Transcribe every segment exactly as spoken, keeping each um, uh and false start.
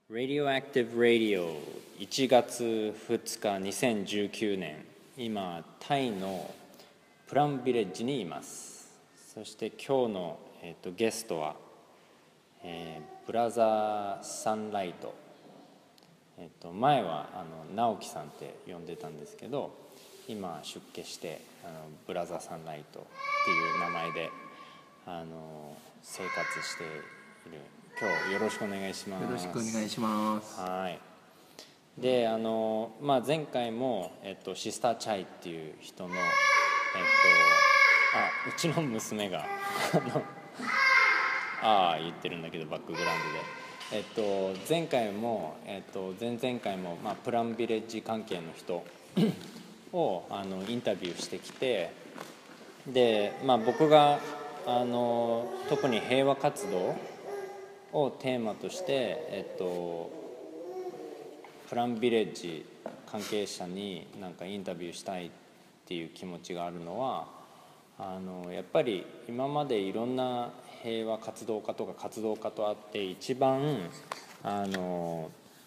Radioactive Radio いちがつふつかにせんじゅうきゅうねん、今タイのプラムビレッジにいます。そして今日の、えー、とゲストは、えー、ブラザーサンライト、えー、と前はあの直樹さんって呼んでたんですけど、今出家してあのブラザーサンライトっていう名前であの生活している。今日よろしくお願いします。 よろしくお願いします。 はい。で、あのまあ前回もえっとシスターチャイっていう人のえっとあうちの娘があのああ言ってるんだけどバックグラウンドで、えっと前回もえっと前々回もまあプラムビレッジ関係の人をあのインタビューしてきて、でまあ僕があの特に平和活動をテーマとして、えっと、プラムビレッジ関係者になんかインタビューしたいっていう気持ちがあるのは、あのやっぱり今までいろんな平和活動家とか活動家と会って一番あの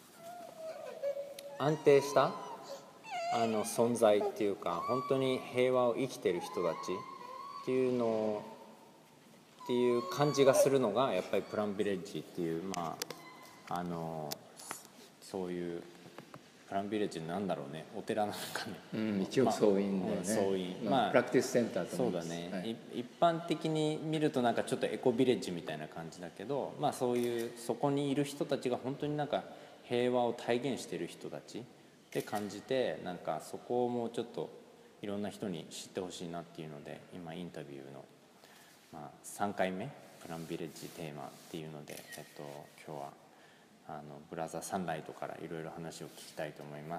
安定したあの存在っていうか、本当に平和を生きてる人たちっていうのをっていう感じがするのがやっぱりプラムビレッジっていう、まああのそういうプラムビレッジなんだろうね、お寺なんかね、 うん、一応総院だよね、 まあ、総院、 まあまあ、 プラクティスセンターとそうだ思います。 ね、 はい、 一般的に見るとなんかちょっとエコビレッジみたいな感じだけど、まあそういうそこにいる人たちが本当になんか平和を体現してる人たちって感じて、なんかそこをもうちょっといろんな人に知ってほしいなっていうので、今インタビューのまあ、さんかいめプラムビレッジテーマっていうので、えっと、今日はあのブラザーサンライトからいろいろ話を聞きたいと思います。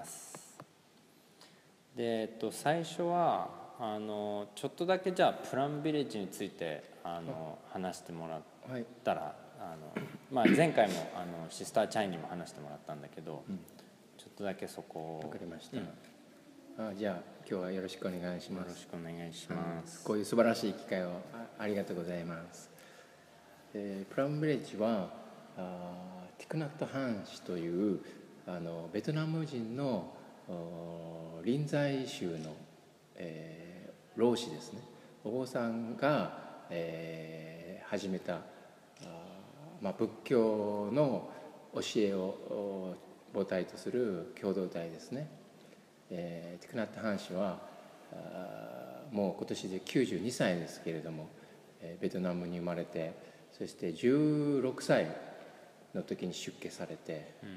で、えっと、最初はあのちょっとだけじゃあプラムビレッジについてあの話してもらったら、はい、あのまあ、前回もあのシスターチャイにも話してもらったんだけど、うん、ちょっとだけそこを。 わかりました。うん、あ、じゃあ今日はよろしくお願いします。 よろしくお願いします。 うん、こういう素晴らしい機会を あ, ありがとうございます。えー、プラムビレッジはあティクナット・ハン氏というあのベトナム人の臨済宗の、えー、老子ですね、お坊さんが、えー、始めたあ、まあ、仏教の教えを母体とする共同体ですね。えー、ティクナット・ハン氏はもう今年できゅうじゅうにさいですけれども、えー、ベトナムに生まれて、そしてじゅうろくさいの時に出家されて、うん、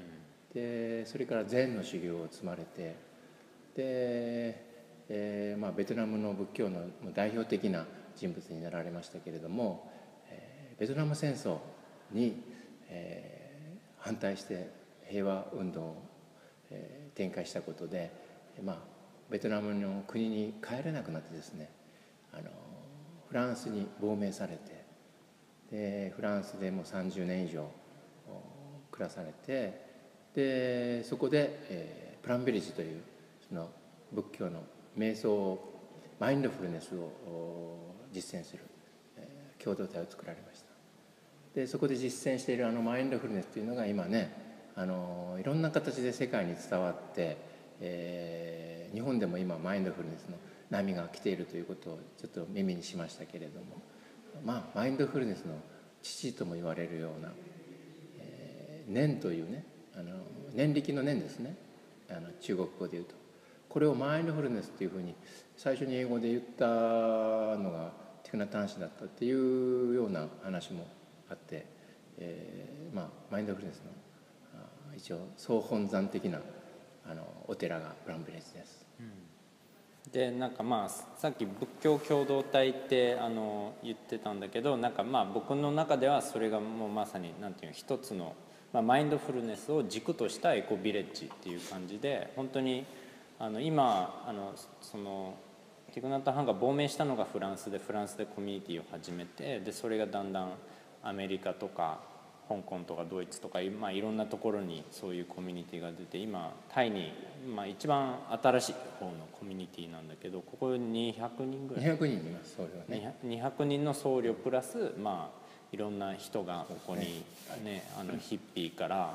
でそれから禅の修行を積まれて、で、えーまあ、ベトナムの仏教の代表的な人物になられましたけれども、えー、ベトナム戦争に、えー、反対して平和運動を、えー、展開したことで、まあ、ベトナムの国に帰れなくなってですね、あのフランスに亡命されて、でフランスでもうさんじゅうねん以上暮らされて、でそこで、えー、プラムビレッジというその仏教の瞑想マインドフルネスを実践する、えー、共同体を作られました。でそこで実践しているあのマインドフルネスというのが今ね、あのいろんな形で世界に伝わって、えー、日本でも今マインドフルネスの波が来ているということをちょっと耳にしましたけれども、まあマインドフルネスの父とも言われるような、えー、念というね、あの念力の念ですね、あの中国語で言うと、これをマインドフルネスっていうふうに最初に英語で言ったのがティクナット・ハン氏だったっていうような話もあって、えーまあ、マインドフルネスの一応総本山的なあのお寺がプラムビレッジです。うん、 でなんかまあさっき仏教共同体ってあの言ってたんだけど、なんかまあ僕の中ではそれがもうまさになんていうの一つの、まあ、マインドフルネスを軸としたエコビレッジっていう感じで、本当にあの今あのそのティクナット・ハンが亡命したのがフランスで、フランスでコミュニティを始めて、でそれがだんだんアメリカとか香港とかドイツとか、まあ、いろんなところにそういうコミュニティが出て、今タイに、まあ、一番新しい方のコミュニティなんだけど、ここにひゃくにんぐらいにひゃくにんいます僧侶はね。 にひゃくにんの僧侶プラス、まあ、いろんな人がここに、ね、あのヒッピーから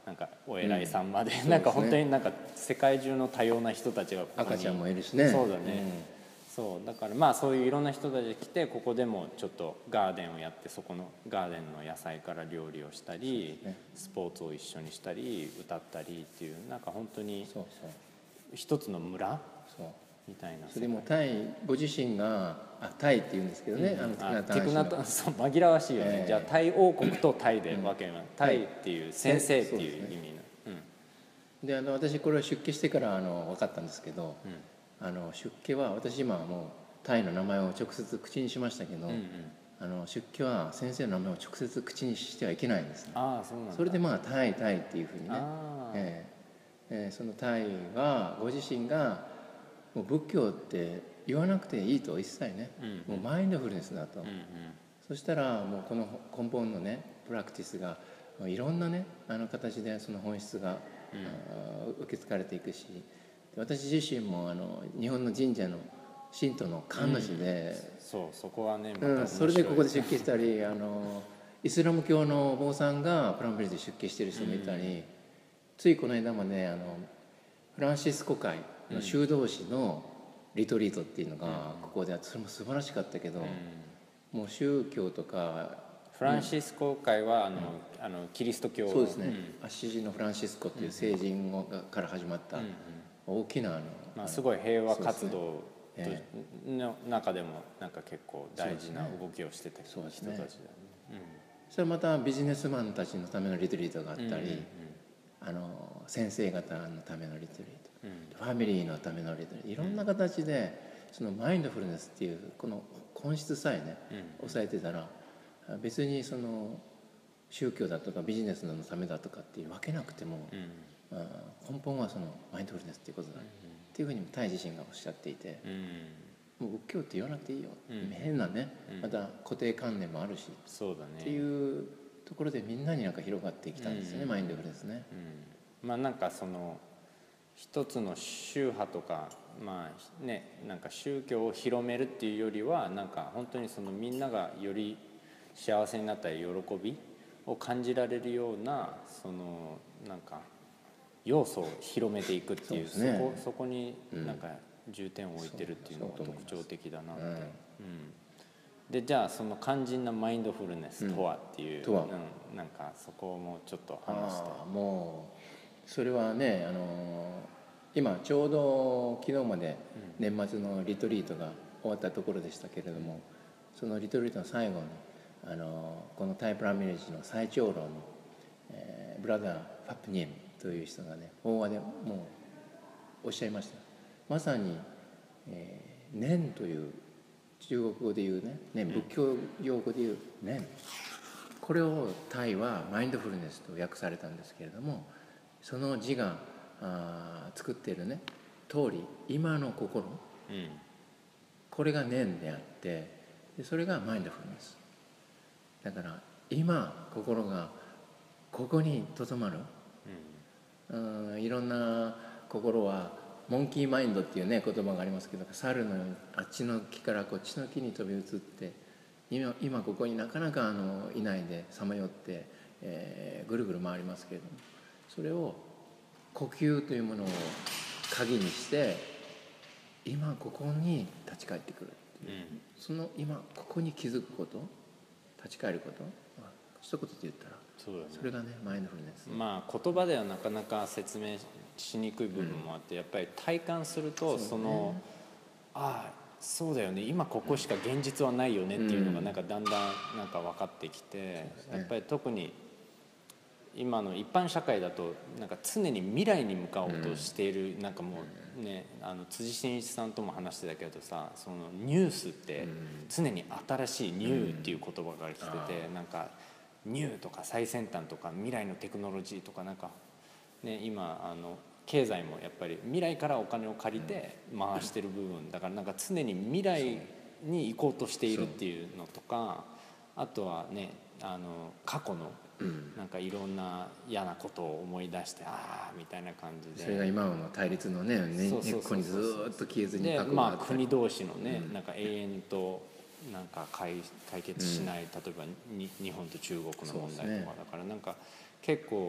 なんかお偉いさんまで、 うん、 なんか本当になんか世界中の多様な人たちがここに赤ちゃんもいるしね。 そうだね、うん、そうだからまあそういういろんな人たちが来てここでもちょっとガーデンをやってそこのガーデンの野菜から料理をしたり、ね、スポーツを一緒にしたり歌ったりっていうなんか本当に一つの村そうみたいな。 それもタイご自身があタイって言うんですけどね、うん、あのティクナトそう紛らわしいよね、えー、じゃあタイ王国とタイで分ける、うん、タイっていう先生っていう意味の、 うん、であの私これを出家してからあの分かったんですけど、うん、あの出家は私今はもうタイの名前を直接口にしましたけど、うんうん、あの出家は先生の名前を直接口にしてはいけないんですね。 ああそうなんだ。 それでまあタイタイっていうふうにね、えーえー、そのタイはご自身がもう仏教って言わなくていいと一切ね、うん、もうマインドフルネスだと、うんうん、そしたらもうこの根本のねプラクティスがいろんなねあの形でその本質が、うん、受け継がれていくし、私自身もあの日本の神社の神道の神主で、 うん、そうそこはね、 まうん、それでここで出家したりあのイスラム教のお坊さんがプランベリーで出家してる人もいたり、うん、ついこの間もねあのフランシスコ会の修道士のリトリートっていうのがここであって、それも素晴らしかったけど、うん、もう宗教とかフランシスコ会はあの、うん、あのキリスト教そうですね、うん、アッシジのフランシスコっていう聖人から始まった大きなあの、 まあ、すごい平和活動の中でもなんか結構大事な動きをしてた人たちだね。 それまたビジネスマンたちのためのリトリートがあったり、うんうんうん、あの先生方のためのリトリート、うん、ファミリーのためのリトリート、いろんな形でそのマインドフルネスっていうこの本質さえね、うん、抑えてたら別にその宗教だとかビジネスのためだとかっていう分けなくても、うん、根本はそのマインドフルネスっていうことだ、うん、っていうふうにもタイ自身がおっしゃっていて、うん、もう仏教って言わなくていいよ、うん、変なね、うん、また固定観念もあるし、 そうだね、 っていうところでみんなになんか広がってきたんですね、うん、マインドフルネスね、 うん、まあなんかその一つの宗派とかまあねなんか宗教を広めるっていうよりはなんか本当にそのみんながより幸せになったり喜びを感じられるようなそのなんか要素を広めていくっていう、そね、そこそこになんか重点を置いてるっていうのが特徴的だなって、うんうん、でじゃあその肝心なマインドフルネスとはっていう、うんうん、なんかそこもちょっと話して。 あもうそれはねあの今ちょうど昨日まで年末のリトリートが終わったところでしたけれども、そのリトリートの最後にあのこのタイプラミレージの最長老の、えー、ブラザー・ファップニエムという人がね法話でもうおっしゃいました。まさに、えー、念という中国語で言うね、ね仏教用語で言う念、これをタイはマインドフルネスと訳されたんですけれども、その字があ作っているね通り今の心、うん、これが念であってでそれがマインドフルネスだから、今心がここにとどまる、うん、うんいろんな心はモンキーマインドっていうね言葉がありますけど、猿のようにあっちの木からこっちの木に飛び移って今, 今ここになかなかあのいないでさまよって、えー、ぐるぐる回りますけれども、それを呼吸というものを鍵にして今ここに立ち返ってくるっていう、うん、その今ここに気づくこと、立ち返ること、一言で言ったら そうだ、ね、それがねマインドフルネス。 まあ言葉ではなかなか説明しにくい部分もあって、うん、やっぱり体感すると そ, その、ね、ああそうだよね今ここしか現実はないよねっていうのがなんかだんだんなんか分かってきて、うんね、やっぱり特に今の一般社会だとなんか常に未来に向かおうとしている、うん、なんかもうねあの辻真一さんとも話してたけどさ、そのニュースって常に新しいニューっていう言葉が来てて、うん、なんかニューとか最先端とか未来のテクノロジーとかなんかね今あの経済もやっぱり未来からお金を借りて回してる部分だからなんか常に未来に行こうとしているっていうのとか、あとはねあの過去のなんかいろんな嫌なことを思い出してああみたいな感じで、 それが今の対立のね根っこにずっと消えずにで、まあ、国同士のね、うん、なんか永遠となんか 解, 解決しない、うん、例えばに日本と中国の問題とかだから、なんか結構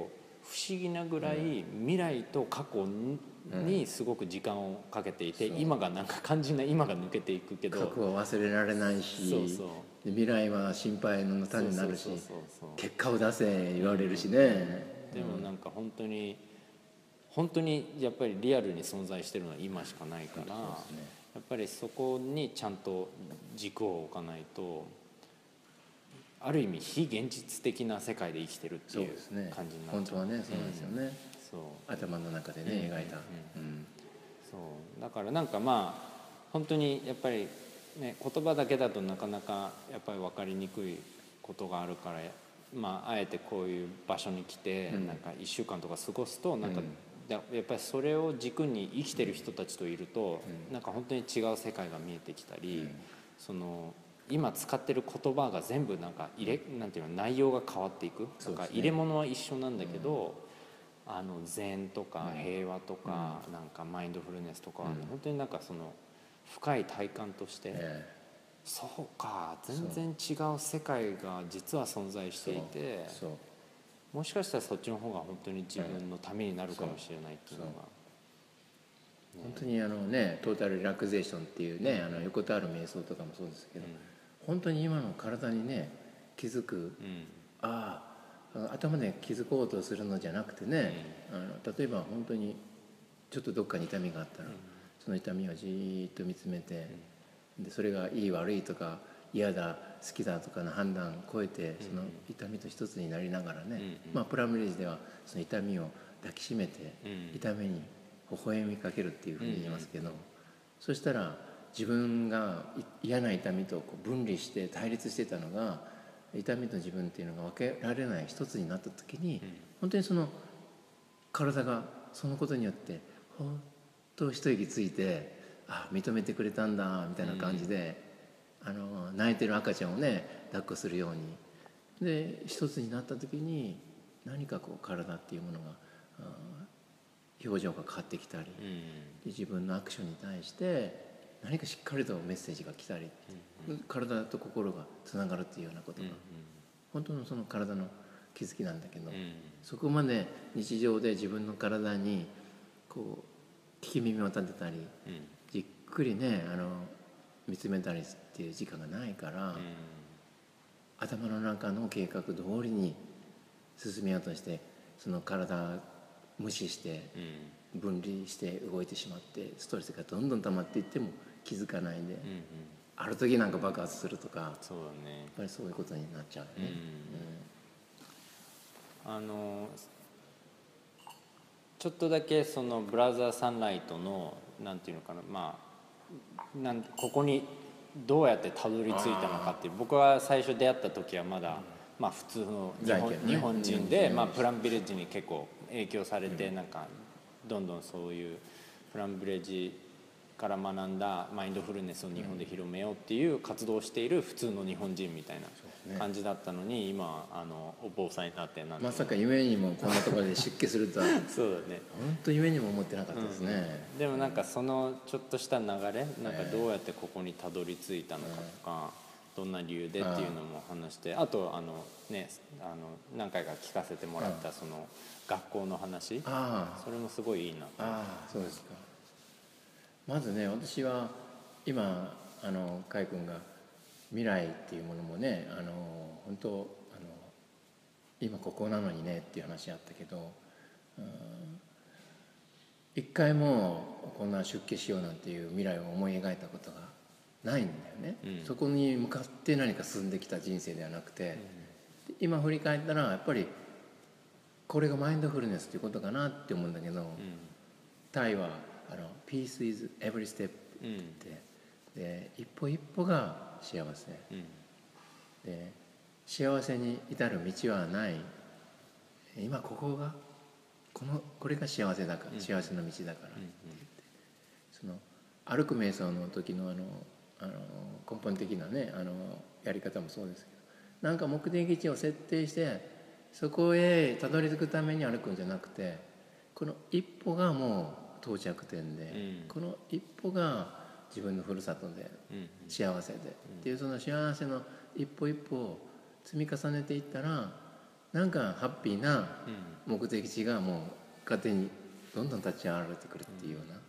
不思議なぐらい未来と過去にすごく時間をかけていて、うん、今がなんか肝心な今が抜けていくけど、 過去は忘れられないし、そうそう、未来は心配の種になるし、結果を出せ言われるしね、 うん、でもなんか本当に本当にやっぱりリアルに存在してるのは今しかないから、ね、やっぱりそこにちゃんと軸を置かないと、ある意味非現実的な世界で生きてるっていう感じになっちゃう。 本当はね、そうなんですよね、うん、そう頭の中でね、うん、描いた、 うんうん、そうだからなんかまあ本当にやっぱりね、言葉だけだとなかなかやっぱり分かりにくいことがあるから、まあ、あえてこういう場所に来て、うん、なんかいっしゅうかんとか過ごすとなんか、うん、やっぱりそれを軸に生きてる人たちといると、うん、なんか本当に違う世界が見えてきたり、うん、その今使ってる言葉が全部なんか入れ、なんていうの、内容が変わっていく、なんか入れ物は一緒なんだけど、うん、あの禅とか平和とか、うん、なんかマインドフルネスとか、うん、本当になんかその深い体感として、えー、そうか、全然違う世界が実は存在していて、そうそう、もしかしたらそっちの方が本当に自分のためになるかもしれないっていうのが、ね、 本当にあのね、トータルリラクゼーションっていうね、あの横たわる瞑想とかもそうですけど、うん、本当に今の体にね気づく、うん、ああ頭で気づこうとするのじゃなくてね、うん、あの例えば本当にちょっとどっかに痛みがあったら、うん、その痛みをじーっと見つめて、うん、でそれがいい悪いとか嫌だ好きだとかの判断を超えて、その痛みと一つになりながらね、うんうん、まあ、プラムレージではその痛みを抱きしめて、うん、痛みに微笑みかけるっていうふうに言いますけど、うんうん、そしたら自分が嫌な痛みとこう分離して対立してたのが、痛みと自分っていうのが分けられない一つになった時に、うん、本当にその体がそのことによってほっと一息ついて、あ認めてくれたんだみたいな感じで、うん、あの泣いてる赤ちゃんをね抱っこするようにで一つになった時に、何かこう体っていうものが表情が変わってきたり、うん、で自分のアクションに対して何かしっかりとメッセージが来たり、うんうん、体と心がつながるっていうようなことが、うんうん、本当のその体の気づきなんだけど、うん、そこまで日常で自分の体にこう聞き耳を立てたり、うん、じっくりねあの見つめたりっていう時間がないから、うん、頭の中の計画通りに進みようとして、その体無視して分離して動いてしまって、ストレスがどんどん溜まっていっても気づかないで、うんうん、ある時なんか爆発するとか、 そうだね、 やっぱりそういうことになっちゃうね、 うんうん、あのちょっとだけそのブラザーサンライトのなんていうのかな、まあなんここにどうやってたどり着いたのかっていう、僕は最初出会った時はまだ、うん、まあ普通の日本、ね、日本人で、まあ、プランビレッジに結構影響されて、なんかどんどんそういうプランビレッジから学んだマインドフルネスを日本で広めようっていう活動をしている普通の日本人みたいな感じだったのに、今あのお坊さんになってなんてまさか夢にもこんなところで出家するとはそうだね、 本当夢にも思ってなかったですね、 うん、でもなんかそのちょっとした流れ、なんかどうやってここにたどり着いたのかとか、どんな理由でっていうのも話して、あとあのね、あの何回か聞かせてもらったその学校の話、それもすごいいいな。 ああ、そうですか。まずね、私は今あの海君が未来っていうものもね、あの本当あの今ここなのにねっていう話あったけど、うん、一回もこんな出家しようなんていう未来を思い描いたことがないんだよね、うん、そこに向かって何か進んできた人生ではなくて、うん、今振り返ったらやっぱりこれがマインドフルネスっていうことかなって思うんだけど、うん、タイはあの Peace is every step って言って、うん、で一歩一歩が幸せ、うん、で幸せに至る道はない、今ここがこのこれが幸せだから、うん、幸せの道だからって言って、うんうん、その歩く瞑想の時のあのあの根本的なねあのやり方もそうですけど、なんか目的地を設定してそこへたどり着くために歩くんじゃなくて、この一歩がもう到着点で、うん、この一歩が自分のふるさとで、うん、幸せで、うん、っていうその幸せの一歩一歩を積み重ねていったら、 なんかハッピーな目的地がもう勝手にどんどん立ち現れてくるっていうような、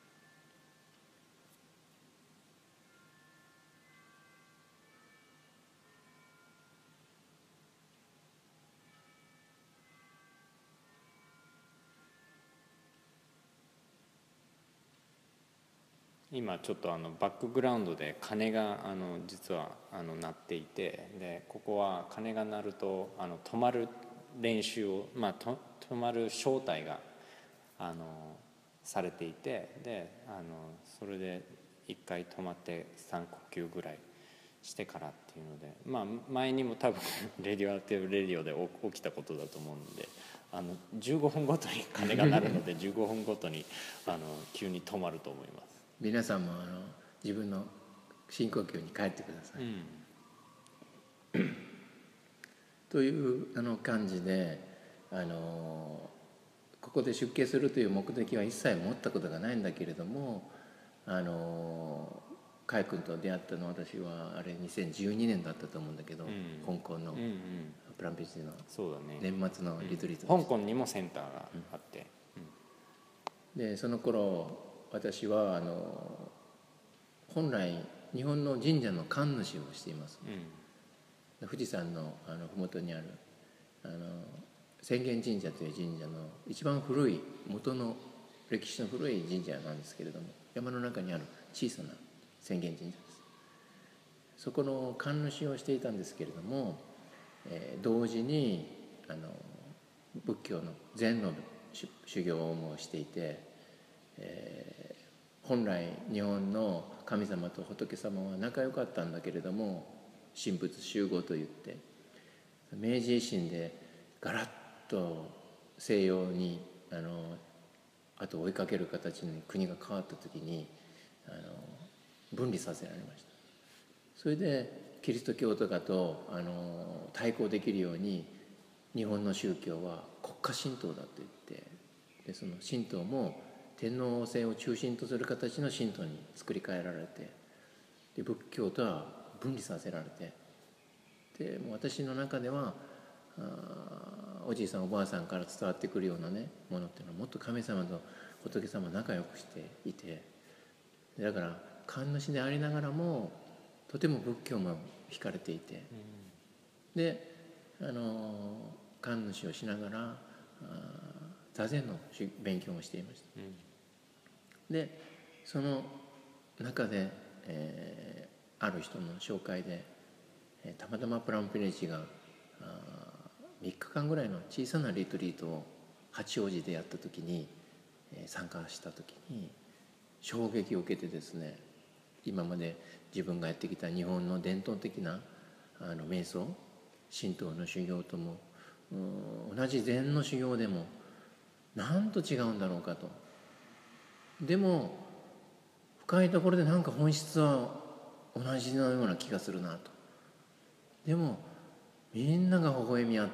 今ちょっとあのバックグラウンドで鐘があの実はあの鳴っていて、でここは鐘が鳴るとあの止まる練習を、まあ、と止まる招待があのされていて、であのそれで一回止まってさん呼吸ぐらいしてからっていうので、まあ、前にも多分レディオアティブレディオで起きたことだと思うので、あのじゅうごふんごとに鐘が鳴るのでじゅうごふんごとにあの急に止まると思います。 皆さんもあの自分の深呼吸に帰ってください、うん、というあの感じで、あのここで出家するという目的は一切持ったことがないんだけれども、あの海君と出会ったのは私はあれにせんじゅうにねんだったと思うんだけど、うん、香港のプランビジの年末のリトリート、 うん、香港にもセンターがあって、 うん、でその頃私はあの本来日本の神社の神主をしています、うん、富士山のあの麓にあるあの浅間神社という神社の一番古い元の歴史の古い神社なんですけれども、山の中にある小さな浅間神社です。そこの神主をしていたんですけれども、えー、同時にあの仏教の禅の修行もしていて、えー、本来日本の神様と仏様は仲良かったんだけれども、神仏集合といって明治維新でガラッと西洋にあの後を追いかける形に国が変わった時にあの分離させられました。それでキリスト教とかとあの対抗できるように日本の宗教は国家神道だと言って、でその神道も天皇制を中心とする形の神道に作り変えられて、で仏教とは分離させられて、でもう私の中ではおじいさんおばあさんから伝わってくるようなねものっていうのはもっと神様と仏様仲良くしていて、だから神主でありながらもとても仏教も惹かれていて、うん、であの神主をしながら座禅の勉強もしていました、うん、でその中で、えー、ある人の紹介で、えー、たまたまプランピレッジがみっかかんぐらいの小さなリトリートを八王子でやった時に、えー、参加した時に衝撃を受けてですね、今まで自分がやってきた日本の伝統的なあの瞑想神道の修行とも同じ禅の修行でもなんと違うんだろうかと。でも深いところでなんか本質は同じのような気がするなと。でもみんなが微笑み合って、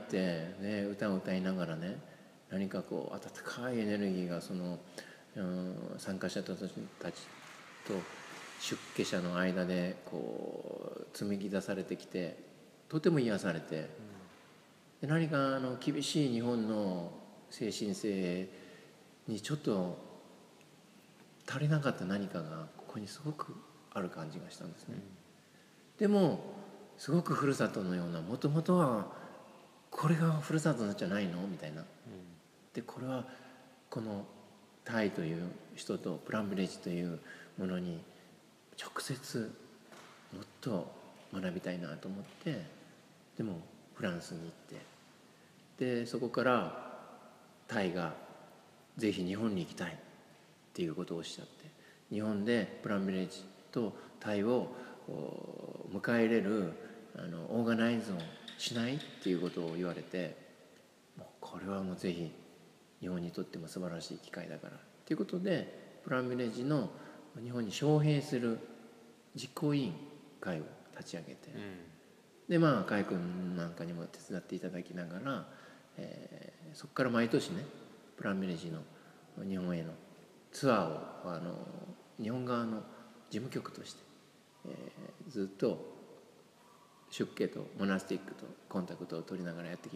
ね、歌を歌いながらね、何かこう温かいエネルギーがその、うん、参加者たちと出家者の間でこう紡ぎ出されてきて、とても癒されて、で何かあの厳しい日本の精神性にちょっと足りなかった何かがここにすごくある感じがしたんですね、うん、でもすごくふるさとのような、もともとはこれがふるさとなんじゃないのみたいな、うん、でこれはこのタイという人とプランビレッジというものに直接もっと学びたいなと思って、でもフランスに行って、でそこからタイがぜひ日本に行きたいっていうことをおっしゃって、日本でプランビレッジとタイを迎え入れるあのオーガナイズをしないっていうことを言われて、もうこれはもうぜひ日本にとっても素晴らしい機会だからということで、プランビレッジの日本に招聘する実行委員会を立ち上げて、うん、でまあ海君なんかにも手伝っていただきながら、えー、そこから毎年ねプランビレッジの日本へのツアーをあの日本側の事務局として、えー、ずっと出家とモナスティックとコンタクトを取りながらやってきました。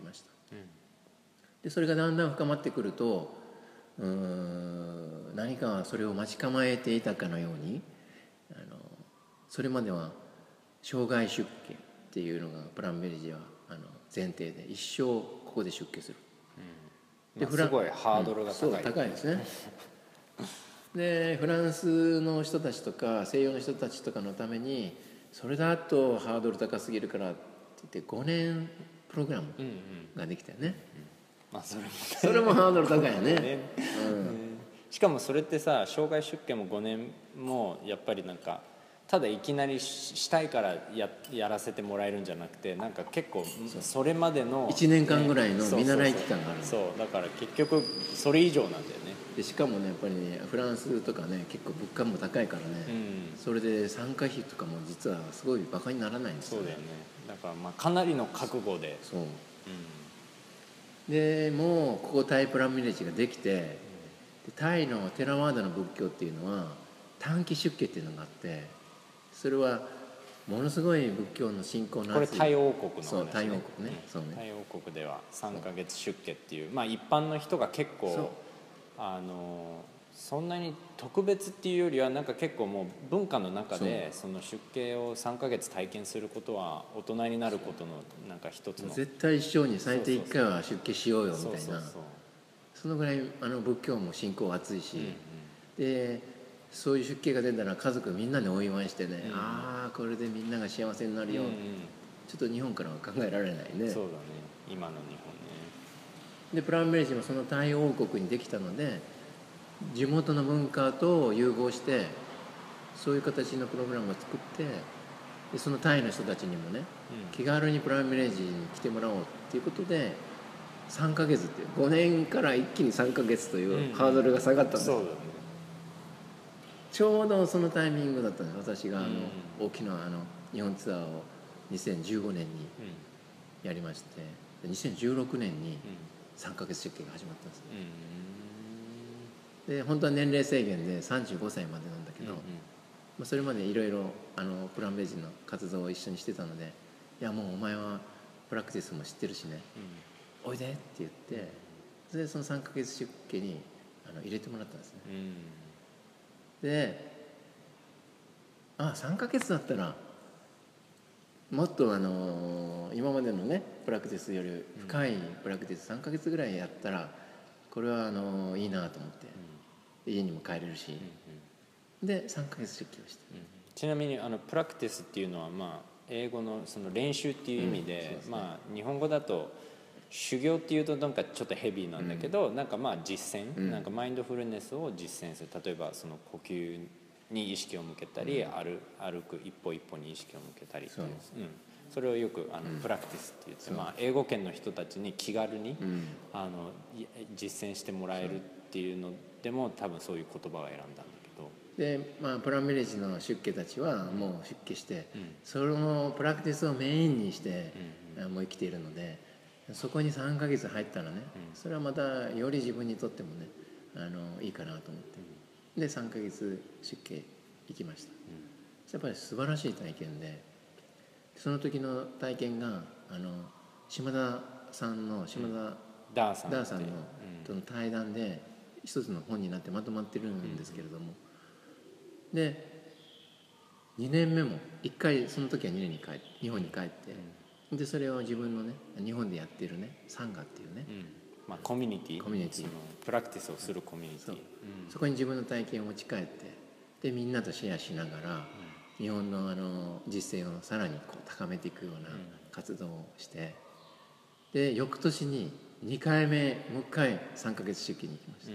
でそれがだんだん深まってくると、うーん何かそれを待ち構えていたかのように、あのそれまでは生涯出家っていうのがプランベリジはあの前提で、一生ここで出家する、 うんまあ、すごいハードルが高い、 うん、そう高いですねでフランスの人たちとか西洋の人たちとかのために、それだとハードル高すぎるからって言ってごねんプログラムができたよね、うんうんまあ、それもそれもハードル高いよねね、うん、しかもそれってさ、生涯出家もごねんもやっぱりなんかただいきなりしたいから や, やらせてもらえるんじゃなくて、なんか結構それまでのいちねんかんぐらいの見習い期間がある、ね、 そうそうそうそう、だから結局それ以上なんだよね。 でしかもねやっぱりねフランスとかね結構物価も高いからね、うん、それで参加費とかも実はすごいバカにならないんですよね。 そうだよね。だからまあかなりの覚悟で、 そう、うん、でもうここタイプランビレッジができて、うん、でタイのテラワーダの仏教っていうのは短期出家っていうのがあって、それはものすごい仏教の信仰のこれタイ王国の話、ね、 そうタイ王国ね、うん、そうね、 タイ王国ではさんかげつ出家っていう、まあ一般の人が結構あのそんなに特別っていうよりはなんか結構もう文化の中でその出家をさんかげつ体験することは大人になることのなんか一つの、 絶対一生に最低いっかいは出家しようよみたいな、そのぐらいあの仏教も信仰厚いし、うんうん、でそういう出家が出たら家族みんなでお祝いしてね、うん、ああこれでみんなが幸せになるよ、うんうん、ちょっと日本からは考えられないね。 そうだね、今の日本ね。 でプランベリジもそのタイ王国にできたので、地元の文化と融合してそういう形のプログラムを作って、でそのタイの人たちにもね、うん、気軽にプランベリジに来てもらおうっていうことでさんかげつっていうごねんから一気にさんかげつというハードルが下がったんです、うんうん、そうだね、ちょうどそのタイミングだったんです。私があの、うん、大きなあの日本ツアーをにせんじゅうごねんにやりまして、にせんじゅうろくねんにさんかげつ出家が始まったんです、うん、で本当は年齢制限でさんじゅうごさいまでなんだけど、うんうん、まあ、それまでいろいろプランベージの活動を一緒にしてたので、いやもうお前はプラクティスも知ってるしね、うん、おいでって言って、それでそのさんかげつ出家にあの入れてもらったんですね、うん、であさんかげつだったらもっとあの今までのねプラクティスより深いプラクティスさんかげつぐらいやったらこれはあのいいなと思って、うん、家にも帰れるし、うんうん、でさんかげつ出家をして、うん、 ちなみにあのプラクティスっていうのは、まあ、英語のその練習っていう意味で、うん、まあ、日本語だと修行っていうとなんかちょっとヘビーなんだけど、うん、なんかまあ実践、うん、なんかマインドフルネスを実践する、例えばその呼吸に意識を向けたり、うん、歩, 歩く一歩一歩に意識を向けたりっていう、そ, う、うん、それをよくあの、うん、プラクティスって言って、まあ、英語圏の人たちに気軽に、うん、あの実践してもらえるっていうのでも多分そういう言葉を選んだんだけど、で、まあ、プランビレッジの出家たちはもう出家して、うん、そのプラクティスをメインにして、うんうん、もう生きているので、そこにさんかげつ入ったらね、うん、それはまたより自分にとってもねあのいいかなと思って、うん、でさんかげつ出家行きました、うん、やっぱり素晴らしい体験で、その時の体験があの島田さんの島田、うん、 ダーさんダーさんの、との対談で一つの本になってまとまってるんですけれども、うん、でにねんめもいっかいその時はにねんに帰って日本に帰って、うん、でそれを自分のね日本でやってるねサンガっていうね、うん、 まあ、コミュニティコミュニティプラクティスをするコミュニティ、 そ, う、 うん、そこに自分の体験を持ち帰って、でみんなとシェアしながら、うん、日本のあの実践をさらにこう高めていくような活動をして、で翌年ににかいめもう一回さんかげつ出家に行きました。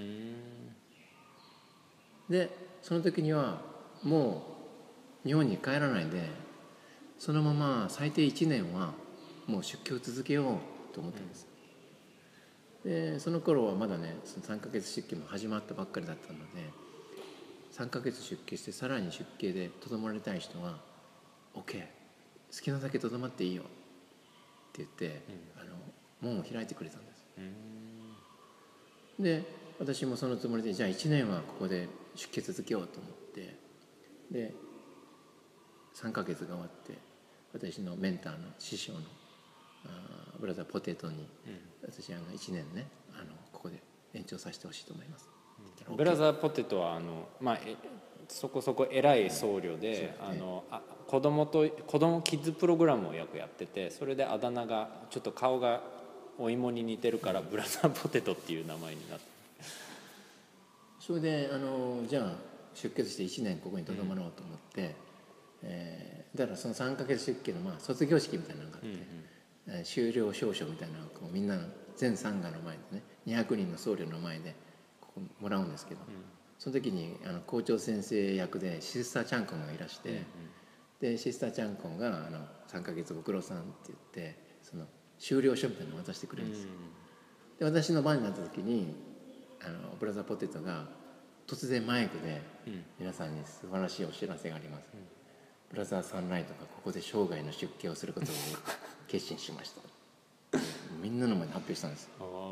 でその時にはもう日本に帰らないでそのまま最低いちねんはもう出家を続けようと思ったんです、うん、でその頃はまだねそのさんかげつ出家も始まったばっかりだったので、さんかげつ出家してさらに出家でとどまりたい人は OK 好きなだけとどまっていいよって言って、うん、あの門を開いてくれたんです、うん、で私もそのつもりでじゃあいちねんはここで出家続けようと思って、でさんかげつが終わって私のメンターの師匠のブラザーポテトに、私あのいちねんねあのここで延長させてほしいと思います。 ブラザーポテトはあの、まあ、えそこそこ偉い僧侶で、あのあ子供と子供キッズプログラムをよくやってて、それであだ名がちょっと顔がお芋に似てるからブラザーポテトっていう名前になって、 それであのじゃあ出家していちねんここにとどまろうと思って、うん、えー、だからそのさんかげつ出家のまあ卒業式みたいなのがあって、うんうん、えー、修了証書みたいなのをこうみんな全参加の前でねにひゃくにんの僧侶の前でここもらうんですけど、うん、その時にあの校長先生役でシスターちゃんこんがいらして、うんうん、でシスターちゃんこんがあのさんかげつご苦労さんって言ってその修了書みたいなのを渡してくれるんですよ、うん、で私の番になった時にあのブラザーポテトが突然マイクで皆さんに素晴らしいお知らせがあります、うん、ブラザーサンライトがここで生涯の出家をすることを決心しましたみんなの前で発表したんです。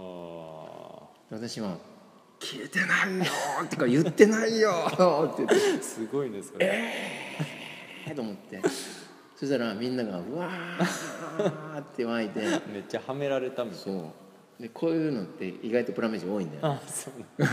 私は「消えてないよ」とか「言ってないよ」って言ってすごいねそれ、 えーと思って、そしたらみんながうわーって湧いてめっちゃはめられたみたいな。 そうでこういうのって意外とプラメジ多いんだよ、ね、 あそう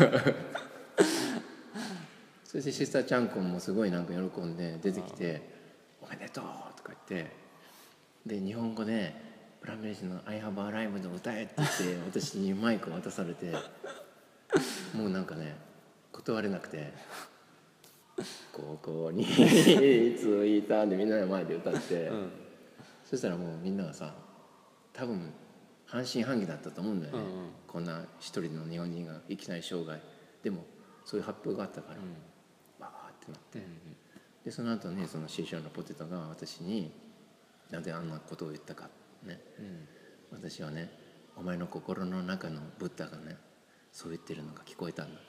そしてシスターちゃんこんもすごいなんか喜んで出てきて「おめでとう」とか言ってで日本語でプラメジの「I have arrived」を歌えって言って私にマイクを渡されてもうなんかね断れなくて「ここに着いた」んでみんなの前で歌って、うん、そしたらもうみんながさ多分半信半疑だったと思うんだよね、うんうん、こんな一人の日本人がいきなり生涯でもそういう発表があったから、うん、バーってなって、うんうん、でその後ねその師匠のポテトが私になぜあんなことを言ったかね、うん、私はねお前の心の中のブッダがねそう言ってるのが聞こえたんだと。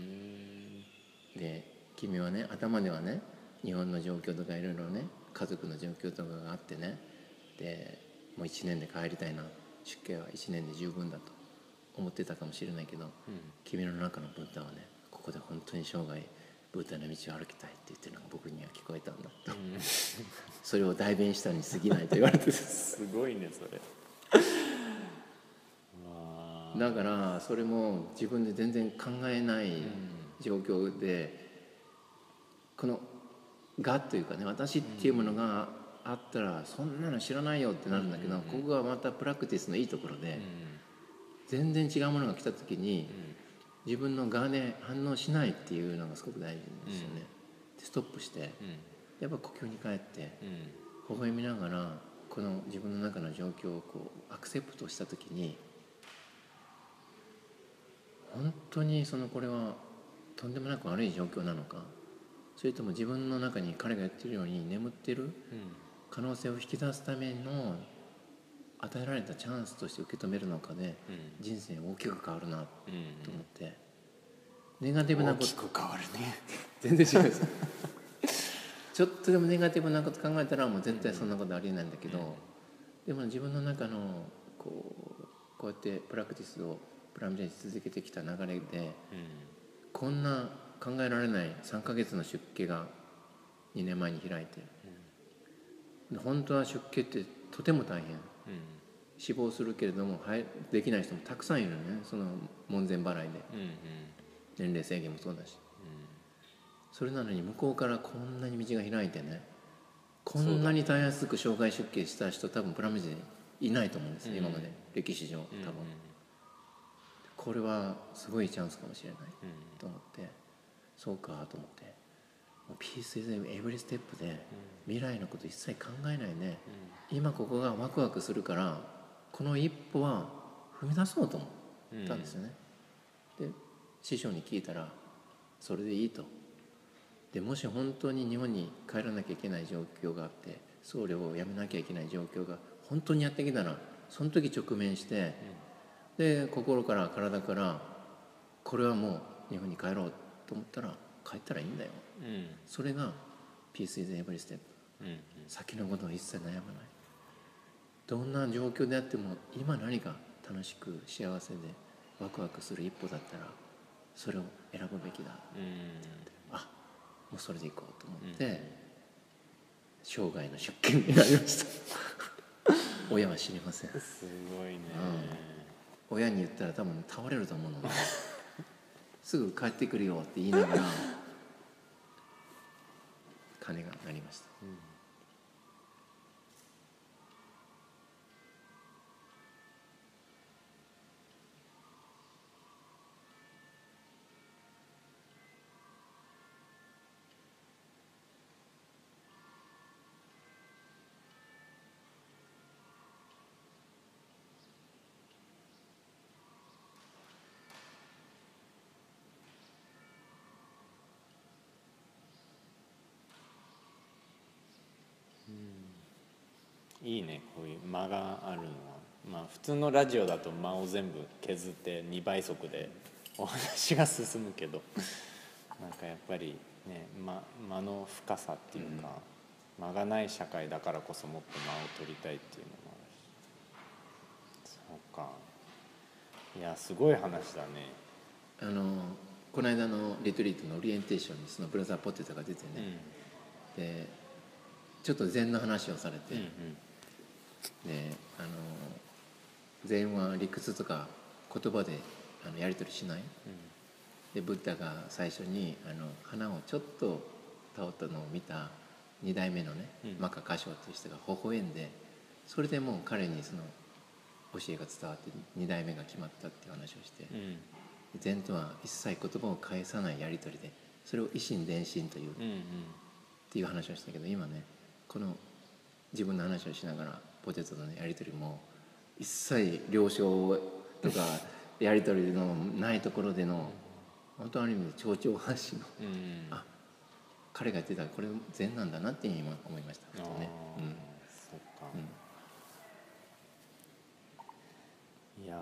で君はね頭ではね日本の状況とかいろいろね家族の状況とかがあってねでもういちねんで帰りたいな出家はいちねんで十分だと思ってたかもしれないけど、うん、君の中のブッダはねここで本当に生涯ブッダの道を歩きたいって言ってるのが僕には聞こえたんだと、うん、それを代弁したに過ぎないと言われてすごいねそれだからそれも自分で全然考えない状況で、この我というかね私っていうものがあったらそんなの知らないよってなるんだけど、ここがまたプラクティスのいいところで、全然違うものが来た時に自分の我で反応しないっていうのがすごく大事ですよね。でストップしてやっぱ呼吸に帰って微笑みながらこの自分の中の状況をこうアクセプトした時に本当にそのこれはとんでもなく悪い状況なのか、それとも自分の中に彼が言ってるように眠ってる可能性を引き出すための与えられたチャンスとして受け止めるのかで人生大きく変わるなと思って、ネガティブなこと大きく変わるね全然違うんですちょっとでもネガティブなこと考えたらもう絶対そんなことありえないんだけど、でも自分の中のこうこうやってプラクティスをプラメジ続けてきた流れで、こんな考えられないさんかげつの出家がにねんまえに開いて、うん、本当は出家ってとても大変、うん、死亡するけれどもできない人もたくさんいるね、その門前払いで、うんうん、年齢制限もそうだし、うん、それなのに向こうからこんなに道が開いてね、こんなにたやすく生涯出家した人多分プラメジでいないと思うんですよ、うん、今まで歴史上多分、うんうん、これはすごいチャンスかもしれない、うん、と思って、そうかと思って、もうピースイズエブリステップで未来のこと一切考えないで、うん、今ここがワクワクするからこの一歩は踏み出そうと思ったんですよね、うん、で師匠に聞いたらそれでいいと。でもし本当に日本に帰らなきゃいけない状況があって僧侶を辞めなきゃいけない状況が本当にやってきたらその時直面して、うん、で心から体からこれはもう日本に帰ろうと思ったら帰ったらいいんだよ、うん、それがピースイズエブリステップ、うんうん、先のことを一切悩まない、どんな状況であっても今何か楽しく幸せでワクワクする一歩だったらそれを選ぶべきだ、うん、あもうそれでいこうと思って、うん、生涯の出家になりました親は知りません。 すごいね、 うん、親に言ったら多分倒れると思うのですぐ帰ってくるよって言いながら鐘が鳴りました、うん。 いいね、こういう間があるのは。まあ普通のラジオだと間を全部削ってにばい速でお話が進むけどなんかやっぱりね、間、間の深さっていうか、うん、間がない社会だからこそもっと間を取りたいっていうのもあるし。そうか、いやすごい話だね。 あのこの間のリトリートのオリエンテーションにそのブラザーポテトが出てね、うん、でちょっと禅の話をされて、うんうん、であの禅は理屈とか言葉であのやり取りしない、うん、でブッダが最初にあの花をちょっと倒ったのを見たに代目のね、うん、マカカショウという人が微笑んで、それでもう彼にその教えが伝わってに代目が決まったっていう話をして、うん、禅とは一切言葉を返さないやり取りで、それを以心伝心という、うんうん、っていう話をしたけど、今ねこの自分の話をしながらポテトの、ね、やり取りも一切了承とかやり取りのないところでの本当のある意味で丁々発信の、うん、あ、彼が言ってたこれ禅なんだなって今思いました。ね、うん、 そっか、うん、いや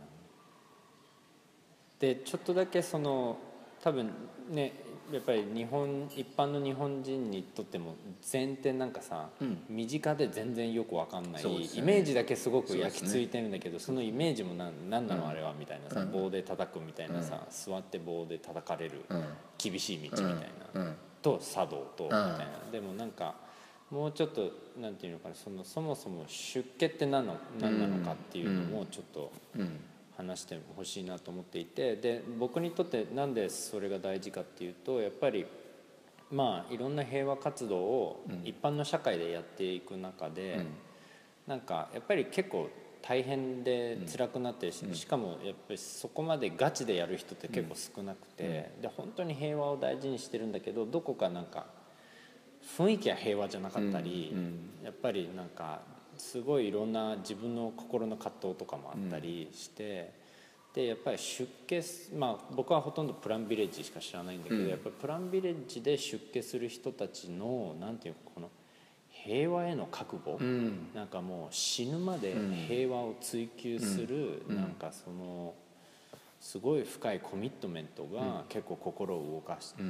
でちょっとだけその多分ね、やっぱり日本一般の日本人にとっても禅ってなんかさ、うん、身近で全然よく分かんない、ね、イメージだけすごく焼き付いてるんだけど、 そ,、ね、そのイメージも何何なのあれはみたいなさ、うん、棒で叩くみたいなさ、うん、座って棒で叩かれる厳しい道みたいな、うんうん、と茶道とみたいな、でもなんかもうちょっとなんていうのかな、そのそもそも出家って何の何なのかっていうのもちょっと、うんうん話してほしいなと思っていて、で僕にとってなんでそれが大事かっていうと、やっぱりまあいろんな平和活動を一般の社会でやっていく中で、うん、なんかやっぱり結構大変で辛くなって、うん、しかもやっぱりそこまでガチでやる人って結構少なくて、うん、で本当に平和を大事にしてるんだけど、どこかなんか雰囲気は平和じゃなかったり、うんうん、やっぱりなんかすごいいろんな自分の心の葛藤とかもあったりして、うん、でやっぱり出家、まあ僕はほとんどプランビレッジしか知らないんだけど、うん、やっぱりプランビレッジで出家する人たちのなんていうかこの平和への覚悟、うん、なんかもう死ぬまで平和を追求する、うん、なんかそのすごい深いコミットメントが結構心を動かし、うん、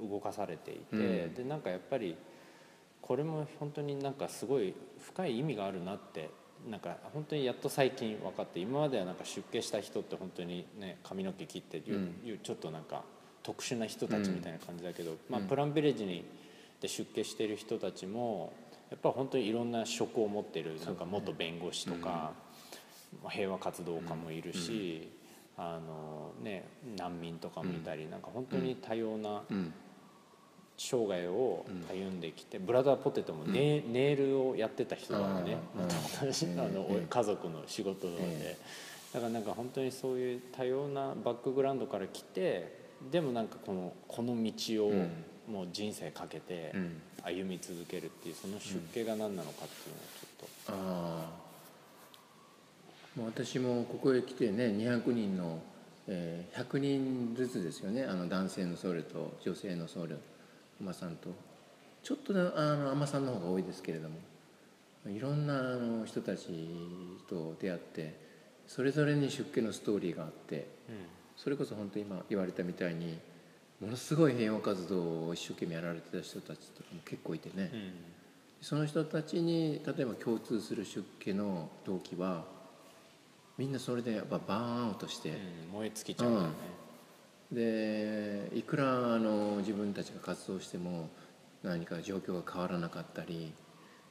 動かされていて、うん、でなんかやっぱりこれも本当になんかすごい深い意味があるなってなんか本当にやっと最近分かって、今まではなんか出家した人って本当にね髪の毛切っていう、うん、ちょっとなんか特殊な人たちみたいな感じだけど、うん、まあ、プランビレッジにで出家している人たちもやっぱ本当にいろんな職を持ってる、なんか元弁護士とか、うん、平和活動家もいるし、うん、あのね、難民とかもいたり、うん、なんか本当に多様な、うん生涯を歩んできて、うん、ブラザーポテトも ネ,、うん、ネイルをやってた人だからね、あの家族の仕事で、えー、だからなんか本当にそういう多様なバックグラウンドから来て、でもなんかこのこの道をもう人生かけて歩み続けるっていう、その出家が何なのかっていうのをちょっと、 ああ、もう私もここへ来てねにひゃくにんの、えー、ひゃくにんずつですよね、あの男性の僧侶と女性の僧侶海女さんと、ちょっとあの海女さんの方が多いですけれども、いろんなあの人たちと出会って、それぞれに出家のストーリーがあって、うん、それこそ本当に今言われたみたいにものすごい平和活動を一生懸命やられてた人たちとかも結構いてね、うん、その人たちに例えば共通する出家の動機はみんなそれでやっぱバーンアウトして、 うん、燃え尽きちゃうんだよね、 うん、でいくらあの自分たちが活動しても何か状況が変わらなかったり、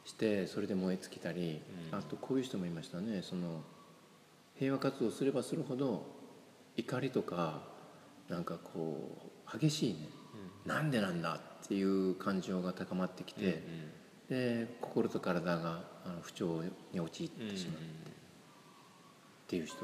してそれで燃え尽きたり、 うん、 あとこういう人もいましたね。その平和活動をすればするほど怒りとかなんかこう激しいね、うん、なんでなんだっていう感情が高まってきて、うんうん、で心と体があの不調に陥ってしまうっていう人、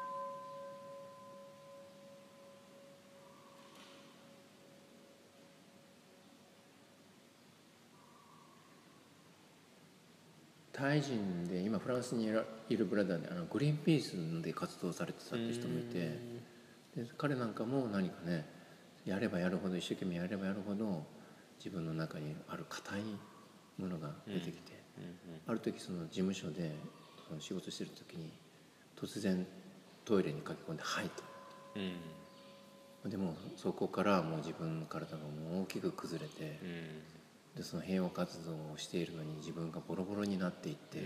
タイ人で今フランスにいるブラザーであのグリーンピースで活動されてたって人もいて、で彼なんかも何かねやればやるほど一生懸命やればやるほど自分の中にある硬いものが出てきて、ある時その事務所で仕事してる時に突然トイレに駆け込んで「はい」と、うん、でもそこからもう自分の体がもう大きく崩れて、うん、でその平和活動をしているのに自分がボロボロになっていって、うん、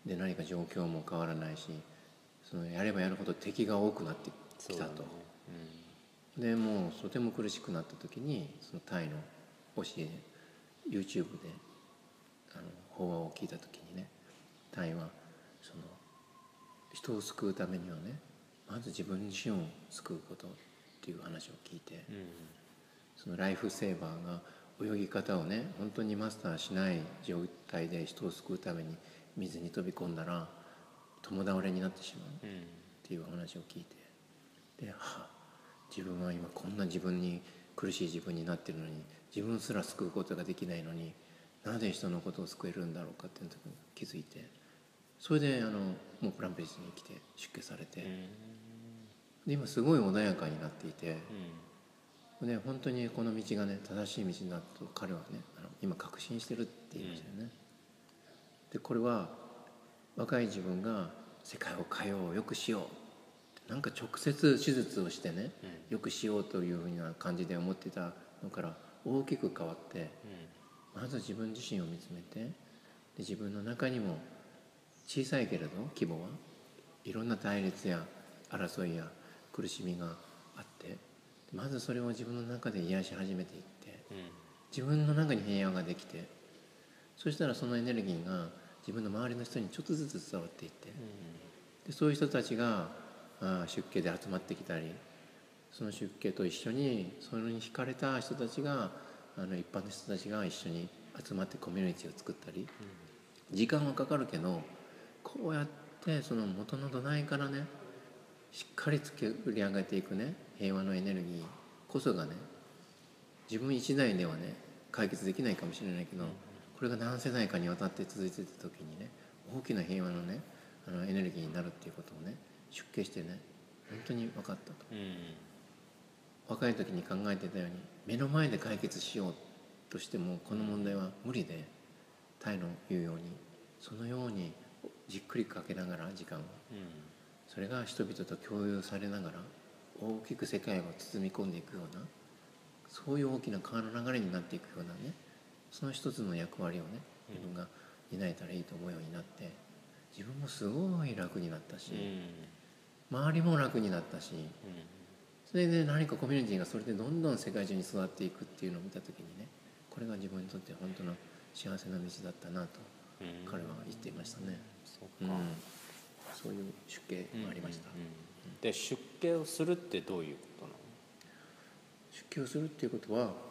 で何か状況も変わらないし、そのやればやるほど敵が多くなってきたと、ね、うん、でもうとても苦しくなった時にそのタイの教え YouTube であの法話を聞いた時にね、タイはその人を救うためにはねまず自分自身を救うことっていう話を聞いて、うん、そのライフセーバーが泳ぎ方をね本当にマスターしない状態で人を救うために水に飛び込んだら共倒れになってしまうっていう話を聞いて、で、はあ、自分は今こんな自分に苦しい自分になってるのに自分すら救うことができないのになぜ人のことを救えるんだろうかっていうのに気づいて、それであのもうプランページに来て出家されて、で今すごい穏やかになっていて、で本当にこの道がね正しい道だと彼はねあの今確信してるって言いましたよね。でこれは若い自分が世界を変えようよくしようなんか直接手術をしてね、よくしようというふうな感じで思ってたのから大きく変わって、まず自分自身を見つめて、で自分の中にも小さいけれど規模はいろんな対立や争いや苦しみがあって、まずそれを自分の中で癒し始めていって、自分の中に平和ができて、そしたらそのエネルギーが自分の周りの人にちょっとずつ伝わっていって、でそういう人たちがあ出家で集まってきたり、その出家と一緒にそれに惹かれた人たちがあの一般の人たちが一緒に集まってコミュニティを作ったり、時間はかかるけどこうやってその元の土台からねしっかり作り上げていくね平和のエネルギーこそがね、自分一代ではね解決できないかもしれないけど、これが何世代かにわたって続いていた時にね大きな平和のねあのエネルギーになるっていうことをね出家してね本当に分かったと、うん、若い時に考えてたように目の前で解決しようとしてもこの問題は無理で、タイの言うようにそのようにじっくりかけながら時間を、うん、それが人々と共有されながら大きく世界を包み込んでいくような、そういう大きな川の流れになっていくようなね、その一つの役割をね自分が担えたらいいと思うようになって、自分もすごい楽になったし、うん、周りも楽になったし、うん、それで何かコミュニティがそれでどんどん世界中に育っていくっていうのを見た時にね、これが自分にとって本当の幸せな道だったなと彼は言っていましたね。そうか、うん、そういう出家もありました。うんうんうん、 で出家をするってどういうことなの？ 出家をするっていうことは、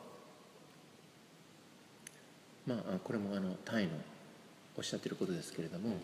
まあこれもあのタイのおっしゃっていることですけれども、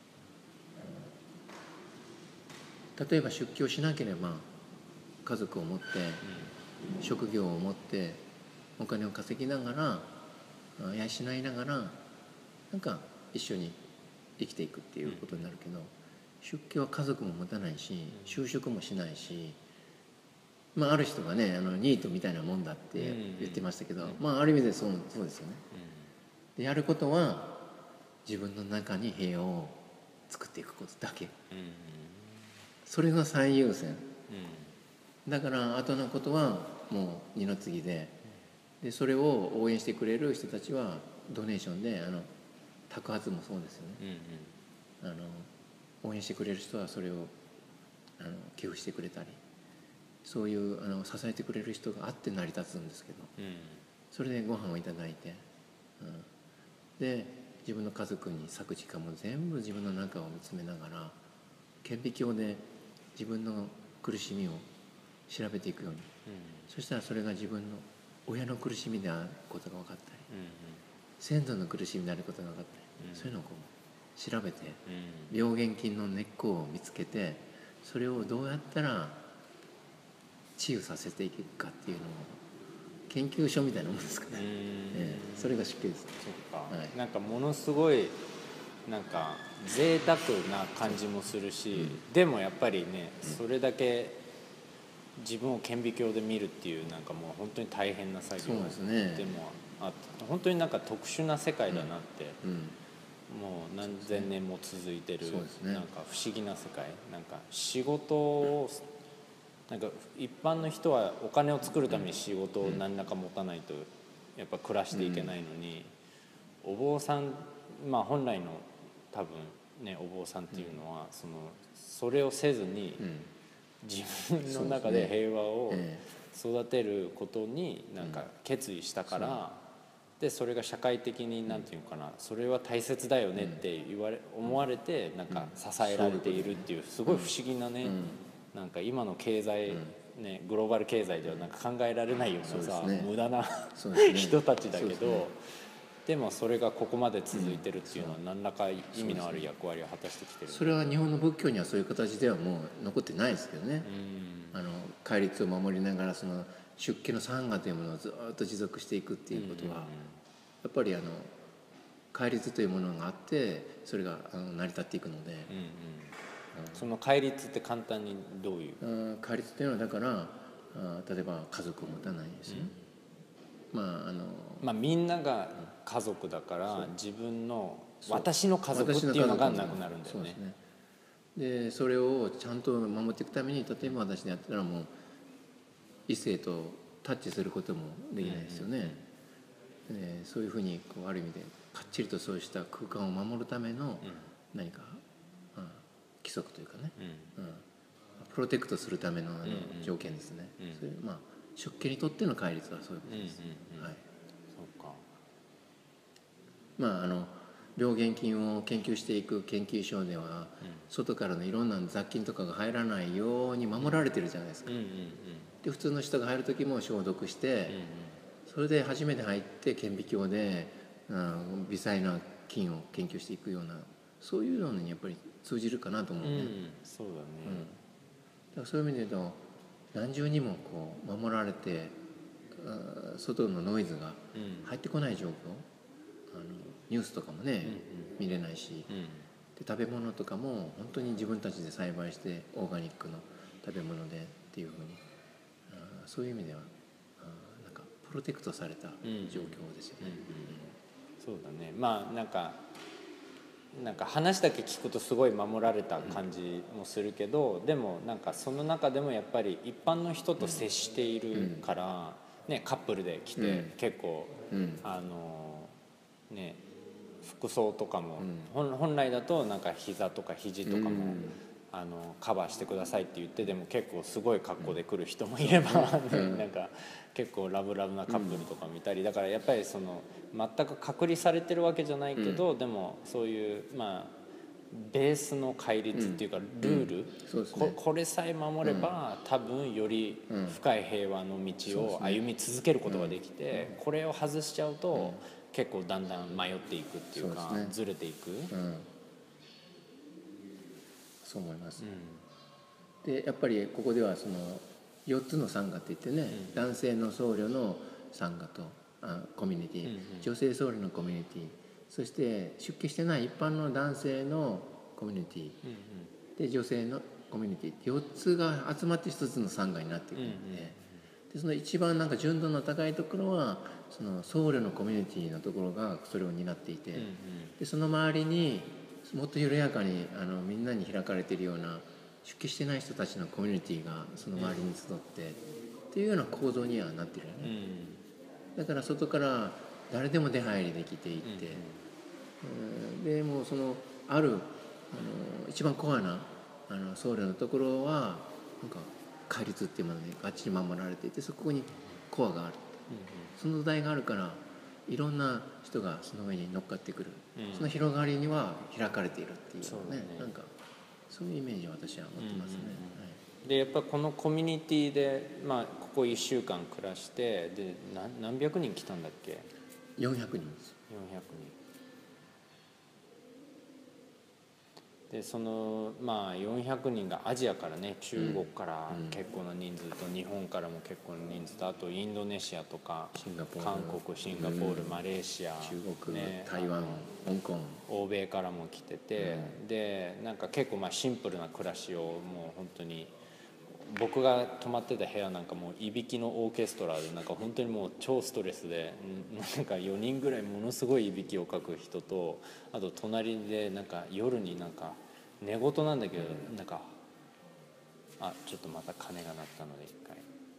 うん、例えば出家をしなければ家族を持って、うん、職業を持ってお金を稼ぎながら養いながらなんか一緒に生きていくっていうことになるけど、うん、出家は家族も持たないし就職もしないし、まあ、ある人がねあのニートみたいなもんだって言ってましたけど、うん、まあ、ある意味でそう、そうですよね、うん、でやることは自分の中に平和を作っていくことだけ、うん、それが最優先、うん、だから後のことはもう二の次で、でそれを応援してくれる人たちはドネーションであの托発もそうですよね、うんうん、あの応援してくれる人はそれをあの寄付してくれたり、そういうあの支えてくれる人があって成り立つんですけど、うん、それでご飯をいただいて、うん、で自分の家族に割く時間も全部自分の中を見つめながら顕微鏡で自分の苦しみを調べていくように、うん、そしたらそれが自分の親の苦しみであることが分かったり、うんうん、先祖の苦しみであることが分かったり、うん、そういうのをこう調べて、うん、病原菌の根っこを見つけてそれをどうやったら治癒させていくかっていうのを研究所みたいなもんですかね、えー、それが出家です。 そっか、はい、なんかものすごいなんか贅沢な感じもするし、うん、でもやっぱりね、うん、それだけ自分を顕微鏡で見るっていうなんかもう本当に大変な作業で、ね、でもあ本当になんか特殊な世界だなって、うんうん、もう何千年も続いてる、ね、なんか不思議な世界、なんか仕事をなんか一般の人はお金を作るために仕事を何らか持たないとやっぱ暮らしていけないのに、うん、お坊さん、まあ本来の多分ねお坊さんっていうのはそのそれをせずに自分の中で平和を育てることになんか決意したから、でそれが社会的になんていうかな、それは大切だよねって言われ思われてなんか支えられているっていうすごい不思議なね、なんか今の経済、ね、グローバル経済ではなんか考えられないようなさ、ね、無駄な、ね、人たちだけど、ね、でもそれがここまで続いてるっていうのは何らか意味のある役割を果たしてきてる。 それは日本の仏教にはそういう形ではもう残ってないですけどね、あの戒律を守りながらその出家の参賀というものをずっと持続していくっていうことは、やっぱりあの戒律というものがあってそれがあの成り立っていくので、うんうん、 その戒律って簡単にどういう？ 戒律っていうのはだから例えば家族を持たないですね、うん、まああのまあみんなが家族だから自分の私の家族っていうのがなくなるんだよね。そうですね。 でそれをちゃんと守っていくために例えば私でやったらもう異性とタッチすることもできないですよね、うんうんうん、でそういうふうにこうある意味でかっちりとそうした空間を守るための何か、うん、規則というかね、うんうん、プロテクトするためのあの条件ですね、うんうん、そういうまあ出家にとっての戒律はそういうことです、うんうんうん、はい、そうか。まああの病原菌を研究していく研究所では、うん、外からのいろんな雑菌とかが入らないように守られてるじゃないですか、うんうんうん、で普通の人が入る時も消毒して、うんうん、それで初めて入って顕微鏡で、うん、微細な菌を研究していくようなそういうのにやっぱり通じるかなと思うね、うん、 そうだね、 うん、だからそういう意味で言うと何重にもこう守られて外のノイズが入ってこない状況、あのニュースとかもね、うんうん、見れないし、うん、で食べ物とかも本当に自分たちで栽培してオーガニックの食べ物でっていうふうにあそういう意味ではあなんかプロテクトされた状況ですよね、うんうんうん、 そうだね。まあなんかなんか話だけ聞くとすごい守られた感じもするけど、うん、でもなんかその中でもやっぱり一般の人と接しているから、ね、カップルで来て結構、うん、あのね服装とかも、うん、本来だとなんか膝とか肘とかも、うん、あのカバーしてくださいって言ってでも結構すごい格好で来る人もいれば、うん、なんか結構ラブラブなカップルとか見たり、だからやっぱりその全く隔離されてるわけじゃないけど、うん、でもそういうまあベースの戒律っていうかルール、うんうんこ、これさえ守れば、うん、多分より深い平和の道を歩み続けることができて、うん、これを外しちゃうと、うん、結構だんだん迷っていくっていうか、ね、ずれていく、うん、 そう思います、うん、でやっぱりここではそのよっつの参加っていってね、うん、男性の僧侶の参加とあコミュニティ、うんうん、女性僧侶のコミュニティ、そして出家してない一般の男性のコミュニティ、うんうん、で女性のコミュニティってよっつが集まって一つの参加になっていくので、うんうん、でその一番なんか純度の高いところはその僧侶のコミュニティのところがそれを担っていて、うんうん、でその周りにもっと緩やかにあのみんなに開かれているような出家してない人たちのコミュニティがその周りに集って、うん、っていうような構造にはなってるよね、うん、だから外から誰でも出入りできていって、うんうん、でもうそのあるあの一番コアなあの僧侶のところはなんか戒律っていうものにがっちり守られていて、そこにコアがある、うんうん、その土台があるからいろんな人がその上に乗っかってくる、 うん、 その広がりには開かれているっていうね、 そうだね、 なんかそういうイメージを私は持ってますね。 うんうんうん、でやっぱこのコミュニティで、まあ、ここいっしゅうかん暮らしてで 何, 何百人来たんだっけ？ よんひゃくにんです。 よんひゃくにんで、そのまあよんひゃくにんがアジアからね、中国から結構な人数と、日本からも結構な人数と、あとインドネシアとかシンガポール、 韓国、シンガポール、マレーシア、 中国、 ね、 台湾、香港、 欧米からも来てて、でなんか結構まあシンプルな暮らしをもう本当に、僕が泊まってた部屋なんかもういびきのオーケストラで、なんか本当にもう超ストレスで、なんかよにんぐらいものすごいいびきをかく人と、あと隣でなんか夜になんか寝言なんだけど、なんかあちょっとまた鐘が鳴ったので一回。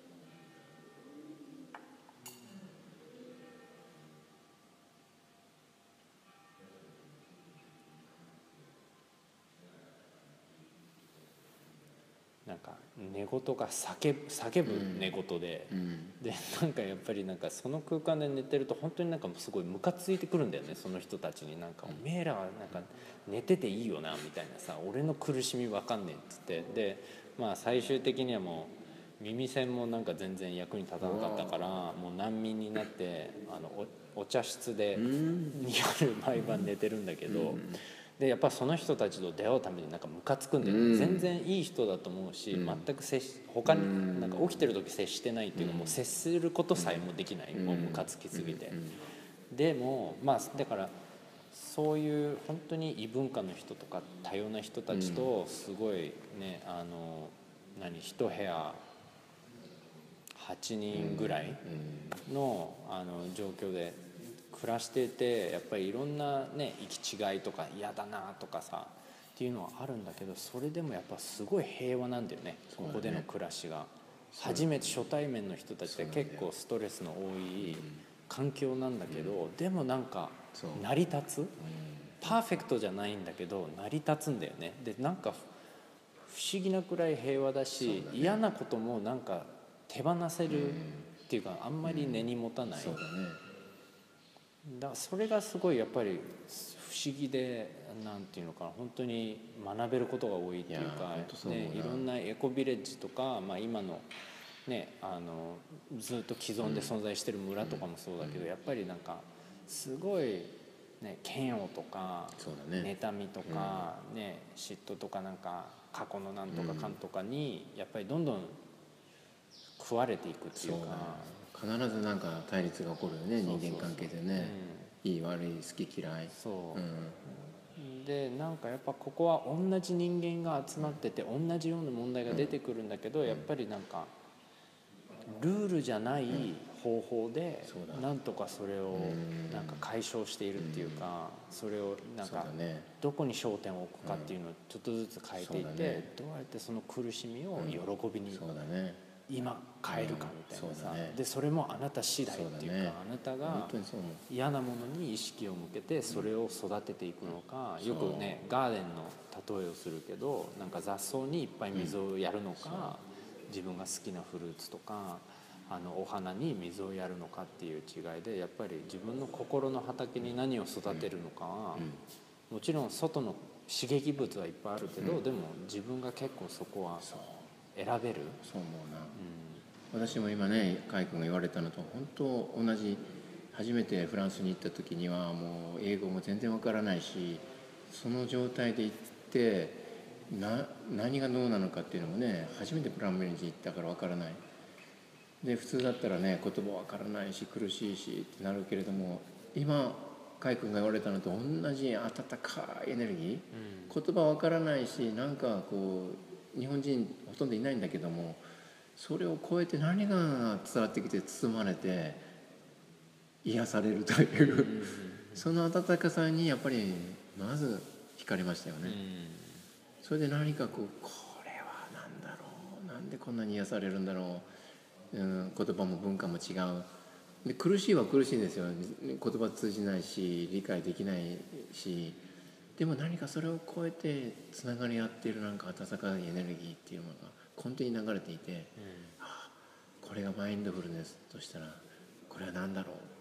なんか寝言が叫ぶ叫ぶ寝言で、うんうん、でなんかやっぱりなんかその空間で寝てると本当になんかすごいムカついてくるんだよね、その人たちに。なんか、うん、おめえらはなんか寝てていいよなみたいなさ、俺の苦しみわかんねえっつって、でまあ最終的にはもう耳栓もなんか全然役に立たなかったから、もう難民になってあの お, お茶室で夜毎晩寝てるんだけど、うん、でやっぱその人たちと出会うためになんかムカつくんだよね、うん、全然いい人だと思うし、うん、全く接し他になんか起きてる時接してないっていうのも、接することさえもできない、うん、もうムカつきすぎて、うん、でもまあだからそういう本当に異文化の人とか多様な人たちとすごいね、あの何一部屋はちにんぐらいの、あの状況で暮らしていて、やっぱりいろんなね行き違いとか嫌だなとかさっていうのはあるんだけど、それでもやっぱすごい平和なんだよね、ここでの暮らしが。初めて初対面の人たちで結構ストレスの多い環境なんだけど、でもなんか成り立つ、パーフェクトじゃないんだけど成り立つんだよね。でなんか不思議なくらい平和だし、だね、嫌なこともなんか手放せるっていうか、あんまり根に持たない、そうだね、だからそれがすごいやっぱり不思議で、なんていうのかな、本当に学べることが多いっていうか、いね、いろんなエコビレッジとか、まあ、今のね、あのずっと既存で存在してる村とかもそうだけど、やっぱりなんかすごい、ね、嫌悪とか、ね、妬みとか、ね、嫉妬とか、なんか過去のなんとかかんとかにやっぱりどんどん食われていくっていうか、 必ずなんか対立が起こるよね、人間関係でね、うん、いい悪い好き嫌い、そう、 うん、でなんかやっぱここは同じ人間が集まってて、同じような問題が出てくるんだけど、やっぱりなんかルールじゃない方法でなんとかそれをなんか解消しているっていうか、それをなんかどこに焦点を置くかっていうのをちょっとずつ変えていて、どうやってその苦しみを喜びに今変えるかみたいなさ、でそれもあなた次第っていうか、あなたが嫌なものに意識を向けてそれを育てていくのか、よくねガーデンの例えをするけど、なんか雑草にいっぱい水をやるのか、自分が好きなフルーツとかあのお花に水をやるのかっていう違いで、やっぱり自分の心の畑に何を育てるのかは、もちろん外の刺激物はいっぱいあるけど、でも自分が結構そこは選べる。 そう思うな、うん、私も今ね海君が言われたのと本当同じ。初めてフランスに行った時にはもう英語も全然わからないし、その状態で行ってな何がどうなのかっていうのもね、初めてプランベレージ行ったからわからない。で普通だったらね言葉わからないし苦しいしってなるけれども、今海君が言われたのと同じ温かいエネルギー、うん、言葉わからないし、なんかこう日本人ほとんどいないんだけども、それを超えて何が伝わってきて包まれて癒されるという、うん、その温かさにやっぱりまず惹かれましたよね、うん、それで何かこうこれは何だろう、なんでこんなに癒されるんだろう、うん、言葉も文化も違うで、苦しいは苦しいんですよ、言葉通じないし理解できないし、でも何かそれを超えてつながり合っているなんか温かいエネルギーっていうのが根底に流れていて、うん、ああこれがマインドフルネスとしたらこれは何だろう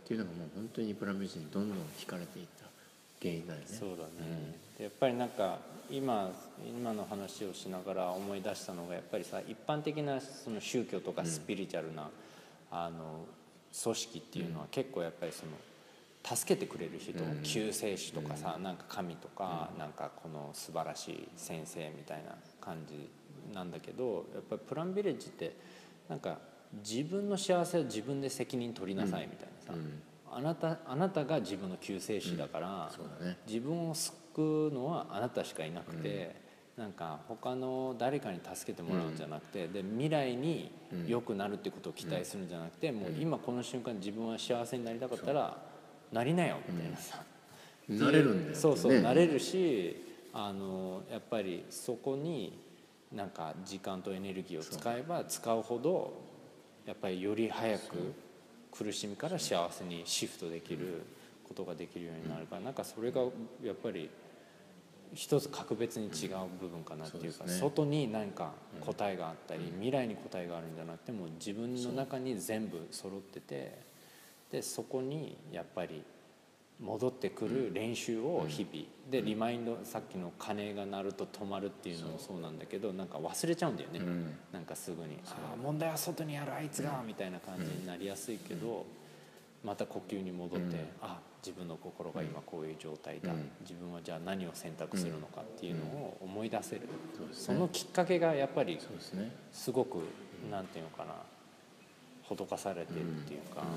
っていうのがもう本当にプランベージにどんどん惹かれていった原因だよね。 そうだね、うん、やっぱりなんか今今の話をしながら思い出したのがやっぱりさ、一般的なその宗教とかスピリチュアルな、うん、あの組織っていうのは結構やっぱりその助けてくれる人、うん、救世主とかさ、うん、なんか神とか、うん、なんかこの素晴らしい先生みたいな感じなんだけど、やっぱりプランビレッジってなんか自分の幸せは自分で責任取りなさいみたいなさ、うんうん、あなた、あなたが自分の救世主だから、うんそうだね、自分を救うのはあなたしかいなくて、うん、なんか他の誰かに助けてもらうんじゃなくて、うん、で未来に良くなるってことを期待するんじゃなくて、うん、もう今この瞬間自分は幸せになりたかったらなりなよみたいなさ、 うん、なれるんだよ、ね、 そうそうなれるし、あのやっぱりそこになんか時間とエネルギーを使えば使うほどやっぱりより早く苦しみから幸せにシフトできることができるようになるから、なんかそれがやっぱり一つ格別に違う部分かなっていうか、外に何か答えがあったり未来に答えがあるんじゃなくても自分の中に全部揃ってて、でそこにやっぱり戻ってくる練習を日々でリマインド、さっきの鐘が鳴ると止まるっていうのもそうなんだけど、なんか忘れちゃうんだよね、なんかすぐにああ問題は外にあるあいつがみたいな感じになりやすいけど、また呼吸に戻ってあ自分の心が今こういう状態だ、自分はじゃあ何を選択するのかっていうのを思い出せる、そのきっかけがやっぱりすごくなんていうのかな、施されてるっていうか、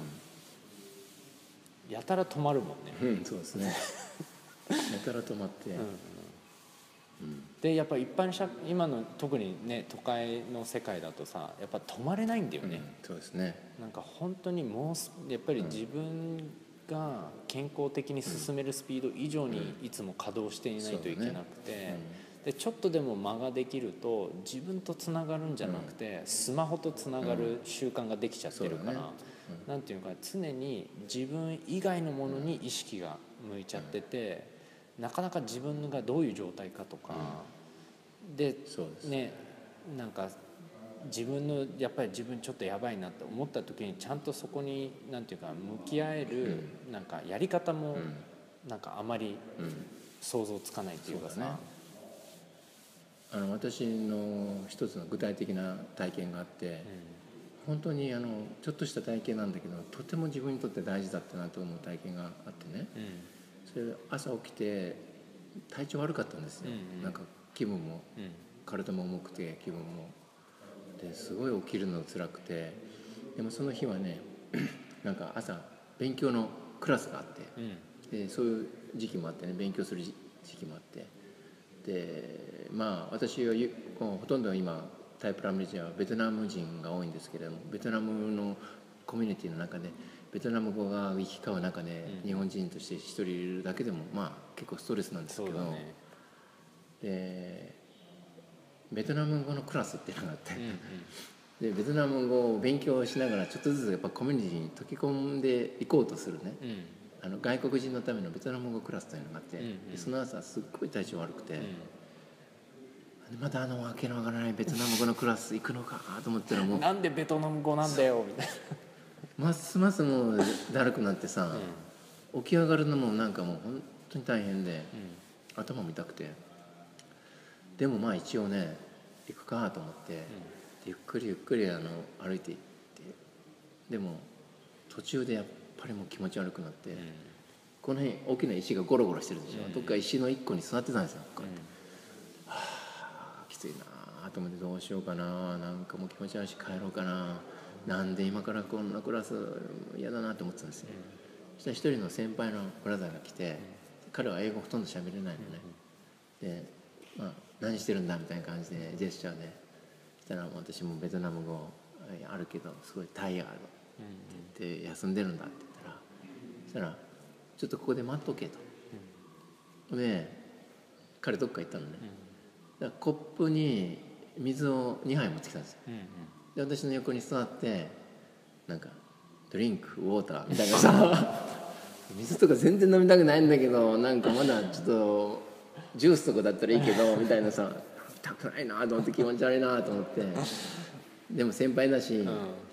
やたら止まるもんね、 うん、そうですねやたら止まって、うんうんうん、でやっぱり一般社今の特にね都会の世界だとさやっぱ止まれないんだよね、 うん、そうですね。 なんか本当にもうやっぱり自分が健康的に進めるスピード以上にいつも稼働していないといけなくて、うんうんでちょっとでも間ができると自分とつながるんじゃなくて、うん、スマホとつながる習慣ができちゃってるから、うんねうん、なんていうか常に自分以外のものに意識が向いちゃってて、うん、なかなか自分がどういう状態かとか、うん、で, でねなんか自分のやっぱり自分ちょっとやばいなって思った時にちゃんとそこになんていうか向き合える、うん、なんかやり方もなんかあまり想像つかないっていうかさ、うんうんあの私の一つの具体的な体験があって、うん、本当にあのちょっとした体験なんだけどとても自分にとって大事だったなと思う体験があってね、うん、それで朝起きて体調悪かったんですよ、うんうん、なんか気分も、うん、体も重くて気分もですごい起きるの辛くて、でもその日はねなんか朝勉強のクラスがあって、うん、でそういう時期もあってね勉強する時期もあって、でまあ私はほとんど今タイプラム人はベトナム人が多いんですけれども、ベトナムのコミュニティの中でベトナム語が行き交う中で、うん、日本人として一人いるだけでもまあ結構ストレスなんですけど、ね、でベトナム語のクラスっていうのがあって、うんうん、でベトナム語を勉強しながらちょっとずつやっぱコミュニティに溶け込んでいこうとするね、うんあの外国人のためのベトナム語クラスというのがあって、うんうん、でその朝すっごい体調悪くて、うん、またあのわけのわからないベトナム語のクラス行くのかと思ったらもうなんでベトナム語なんだよみたいなますますもうだるくなってさ、うん、起き上がるのもなんかもう本当に大変で、うん、頭も痛くて、でもまあ一応ね行くかと思って、うん、ゆっくりゆっくりあの歩いていって、でも途中でやっぱやっぱりもう気持ち悪くなって、うん、この辺大きな石がゴロゴロしてるでしょ、うん、どっか石の一個に座ってたんですよ、うん、はあきついなと思ってどうしようかな、なんかもう気持ち悪いし帰ろうかな、なんで今からこんなクラス嫌だなと思ってたんですよ、うん、そしたら一人の先輩のブラザーが来て、うん、彼は英語ほとんど喋れないのね、うん、で、まあ、何してるんだみたいな感じでジェスチャーで、そしたら私もベトナム語あるけどすごいタイヤードって言って休んでるんだって言ったら、そしたらちょっとここで待っとけと、うん、で彼どっか行ったのね、うん、だからコップに水をにはい持ってきたんですよ、うんうん、で私の横に座ってなんかドリンクウォーターみたいなさ水とか全然飲みたくないんだけどなんかまだちょっとジュースとかだったらいいけどみたいなさ飲みたくないなと思って気持ち悪いなと思ってでも先輩だし、うん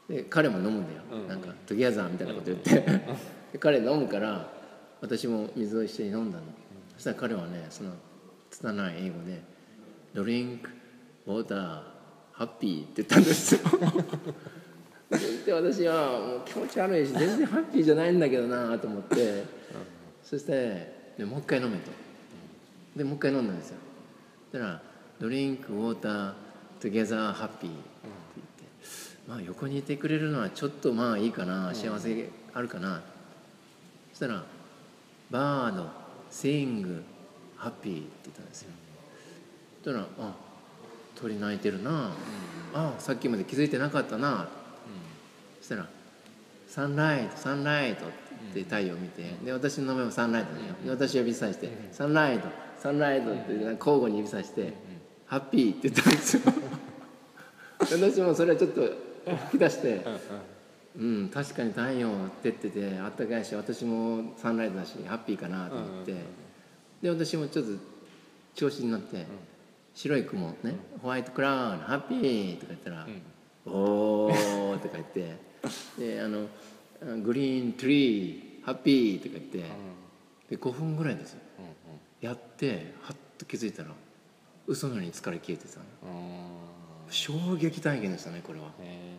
で彼も飲むんだよ、 うんうん、 なんか「トゥギャザー」みたいなこと言って、うんうん、で彼飲むから私も水を一緒に飲んだの、うん、そしたら彼はねその拙い英語で「ドリンクウォーターハッピー」って言ったんですよで私はもう気持ち悪いし全然ハッピーじゃないんだけどなと思って、うん、そしてでもう一回飲めと、でもう一回飲んだんですよ。そしたら「ドリンクウォータートゥゲザーハッピー」って言って、まあ横にいてくれるのはちょっとまあいいかな、幸せあるかな、そしたら「バードシングハッピー」って言ったんですよ。そしたら「あ鳥鳴いてるな、あさっきまで気づいてなかったな」そしたら「サンライトサンライト」って太陽を見て、で私の名前もサンライトだよ、で私指さして「サンライトサンライト」って交互に指さして「ハッピー」って言ったんですよ私もそれはちょっと吹き出して「うん、確かに太陽照っててあったかいし、私もサンライトだしハッピーかな」と思って、で私もちょっと調子に乗って「白い雲ね、ホワイトクラウンハッピー」とか言ったら「おー」とか言ってであのグリーントリーハッピーとか言って、でごふんぐらいですよ、やってはっと気づいたら嘘のように疲れ消えてたの。衝撃体験でしたねこれは。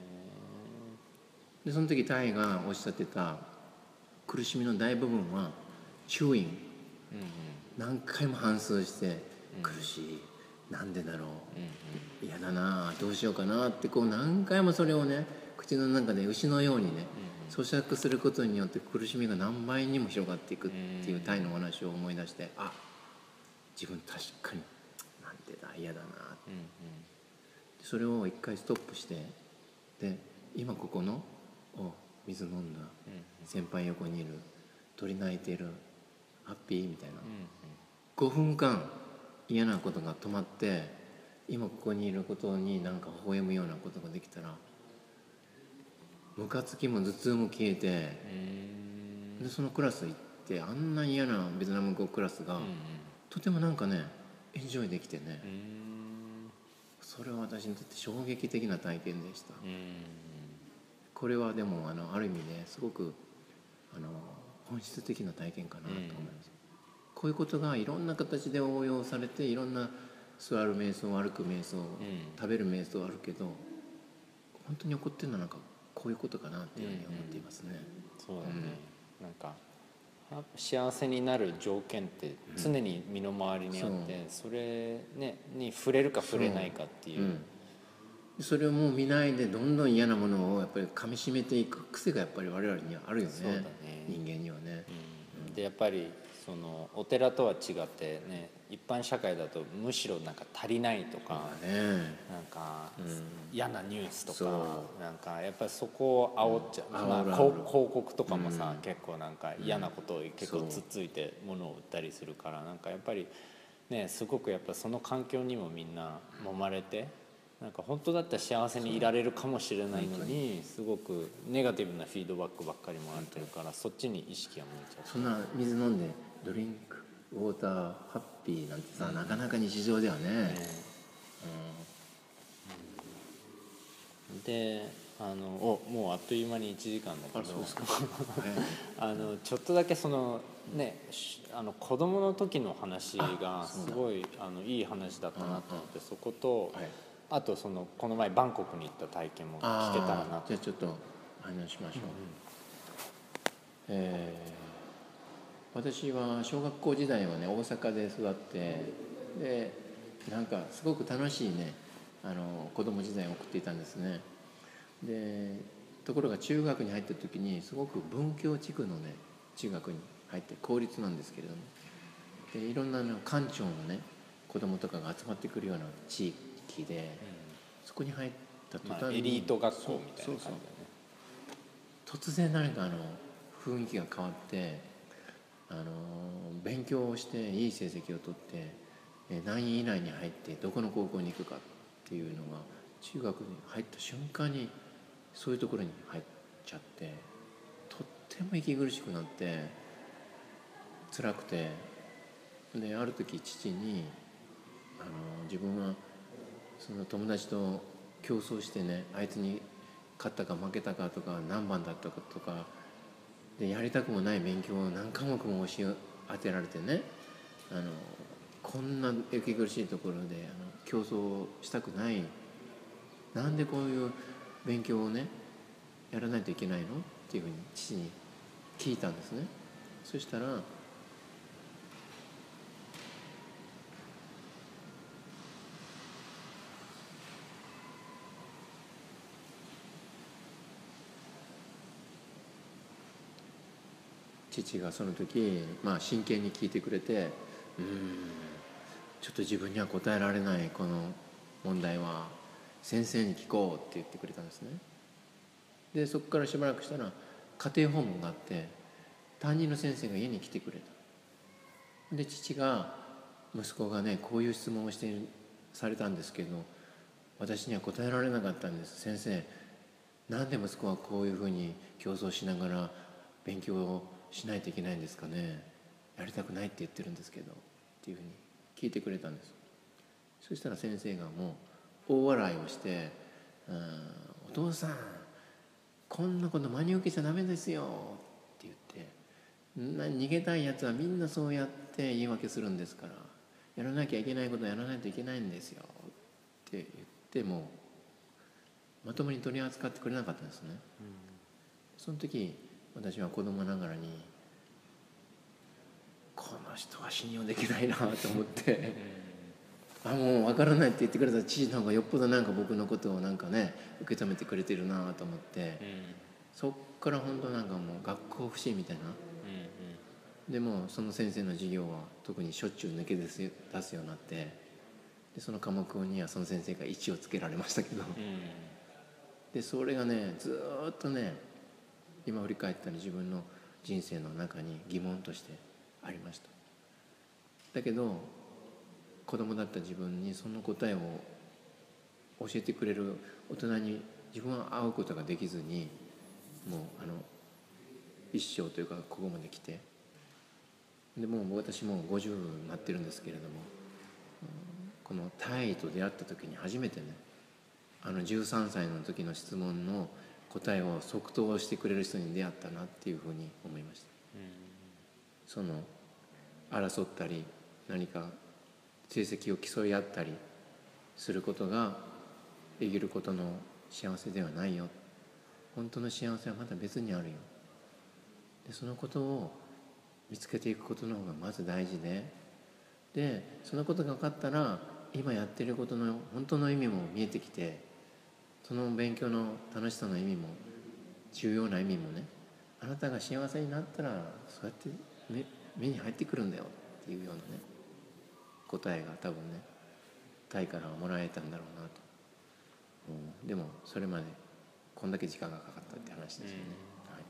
でその時タイがおっしゃってた苦しみの大部分はチューイング、何回も反芻して苦しい、なんでだろう、嫌だな、どうしようかなってこう何回もそれをね口の中で牛のようにね咀嚼することによって苦しみが何倍にも広がっていくっていうタイのお話を思い出して、あ自分確かになんでだ嫌だなって、それを一回ストップして、で今ここのお水飲んだ、先輩横にいる鳥鳴いているハッピーみたいな、ごふんかん嫌なことが止まって今ここにいることになんか微笑むようなことができたらムカつきも頭痛も消えて、でそのクラス行ってあんな嫌なベトナム語クラスがとてもなんかねエンジョイできてね、それは私にとって衝撃的な体験でした。これはでもあのある意味ですごくあの本質的な体験かなと思います。こういうことがいろんな形で応用されて、いろんな座る瞑想、歩く瞑想、食べる瞑想あるけど、本当に起こってるのはなんかこういうことかなっていうふうに思っていますね。 そうだね、うん、なんか幸せになる条件って常に身の回りにあって、うん、それ、ね、に触れるか触れないかっていう、 うん、それをもう見ないでどんどん嫌なものをやっぱり噛みしめていく癖がやっぱり我々にはあるよね。そうだね、人間にはね、 うん、でやっぱりそのお寺とは違ってね、一般社会だとむしろなんか足りないとか、ね、なんか嫌なニュースとか、うん、なんかやっぱりそこを煽っちゃう、うん、まあ、広告とかもさ、うん、結構なんか嫌なことを結構つっついて物を売ったりするから、なんかやっぱりねすごくやっぱその環境にもみんな揉まれて、なんか本当だったら幸せにいられるかもしれないのに、すごくネガティブなフィードバックばっかりもらってるから、そっちに意識が向いちゃう。 そんな水飲んでドリンクウォーターハッピーなんてさ、うん、なかなか日常ではね、ね、 うん、であのおもうあっという間にいちじかんだけどあのちょっとだけそのねあの子供の時の話がすごいあのいい話だったなと思って、そこと、はい、あとそのこの前バンコクに行った体験も聞けたらなと。 じゃあちょっと話しましょう、うんうん、えー私は小学校時代はね大阪で育って、でなんかすごく楽しいねあの子供時代を送っていたんですね。でところが中学に入った時にすごく文教地区のね中学に入って公立なんですけれども、でいろんな官庁のね子供とかが集まってくるような地域で、うん、そこに入った途端に、まあ、 エリート学校みたいな感じだね。 突然何かあの雰囲気が変わって、あの勉強をしていい成績を取って何位以内に入ってどこの高校に行くかっていうのが中学に入った瞬間にそういうところに入っちゃって、とっても息苦しくなって辛くて、である時父にあの自分はその友達と競争してねあいつに勝ったか負けたかとか何番だったかとかで、やりたくもない勉強を何科目も教え当てられてね、あのこんな息苦しいところであの競争したくない、なんでこういう勉強をねやらないといけないのっていうふうに父に聞いたんですね。そしたら父がその時、まあ、真剣に聞いてくれて、うーんちょっと自分には答えられないこの問題は先生に聞こうって言ってくれたんですね。でそこからしばらくしたら家庭訪問があって、担任の先生が家に来てくれた。で父が息子がねこういう質問をしてされたんですけど私には答えられなかったんです。先生、なんで息子はこういうふうに競争しながら勉強をしないといけないんですかね、やりたくないって言ってるんですけどっていうふうに聞いてくれたんです。そしたら先生がもう大笑いをして「お父さんこんなこと真に受けちゃダメですよ」って言って「逃げたいやつはみんなそうやって言い訳するんですから、やらなきゃいけないことはやらないといけないんですよ」って言ってもまともに取り扱ってくれなかったんですね、うん、その時私は子供ながらにこの人は信用できないなと思ってあもう分からないって言ってくれた父の方がよっぽどなんか僕のことをなんかね受け止めてくれてるなと思って、うん、そっから本当なんかもう学校不信みたいな、うんうん、でもその先生の授業は特にしょっちゅう抜け出す、出すようになって、でその科目にはその先生がいちをつけられましたけど、うん、でそれがねずっとね今振り返ったら自分の人生の中に疑問としてありました。だけど子供だった自分にその答えを教えてくれる大人に自分は会うことができずに、もうあの一生というかここまで来て、でもう私もうごじゅうになってるんですけれども、この大尉と出会った時に初めてね、あのじゅうさんさいの時の質問の答えを即答してくれる人に出会ったなっていうふうに思いました。その争ったり何か成績を競い合ったりすることが生きることの幸せではないよ、本当の幸せはまた別にあるよ、でそのことを見つけていくことの方がまず大事で、でそのことが分かったら今やっていることの本当の意味も見えてきて、その勉強の楽しさの意味も重要な意味もね、あなたが幸せになったらそうやって目、目に入ってくるんだよっていうようなね答えが多分ねタイからはもらえたんだろうなと、うん、でもそれまでこんだけ時間がかかったって話ですよね、うんはい、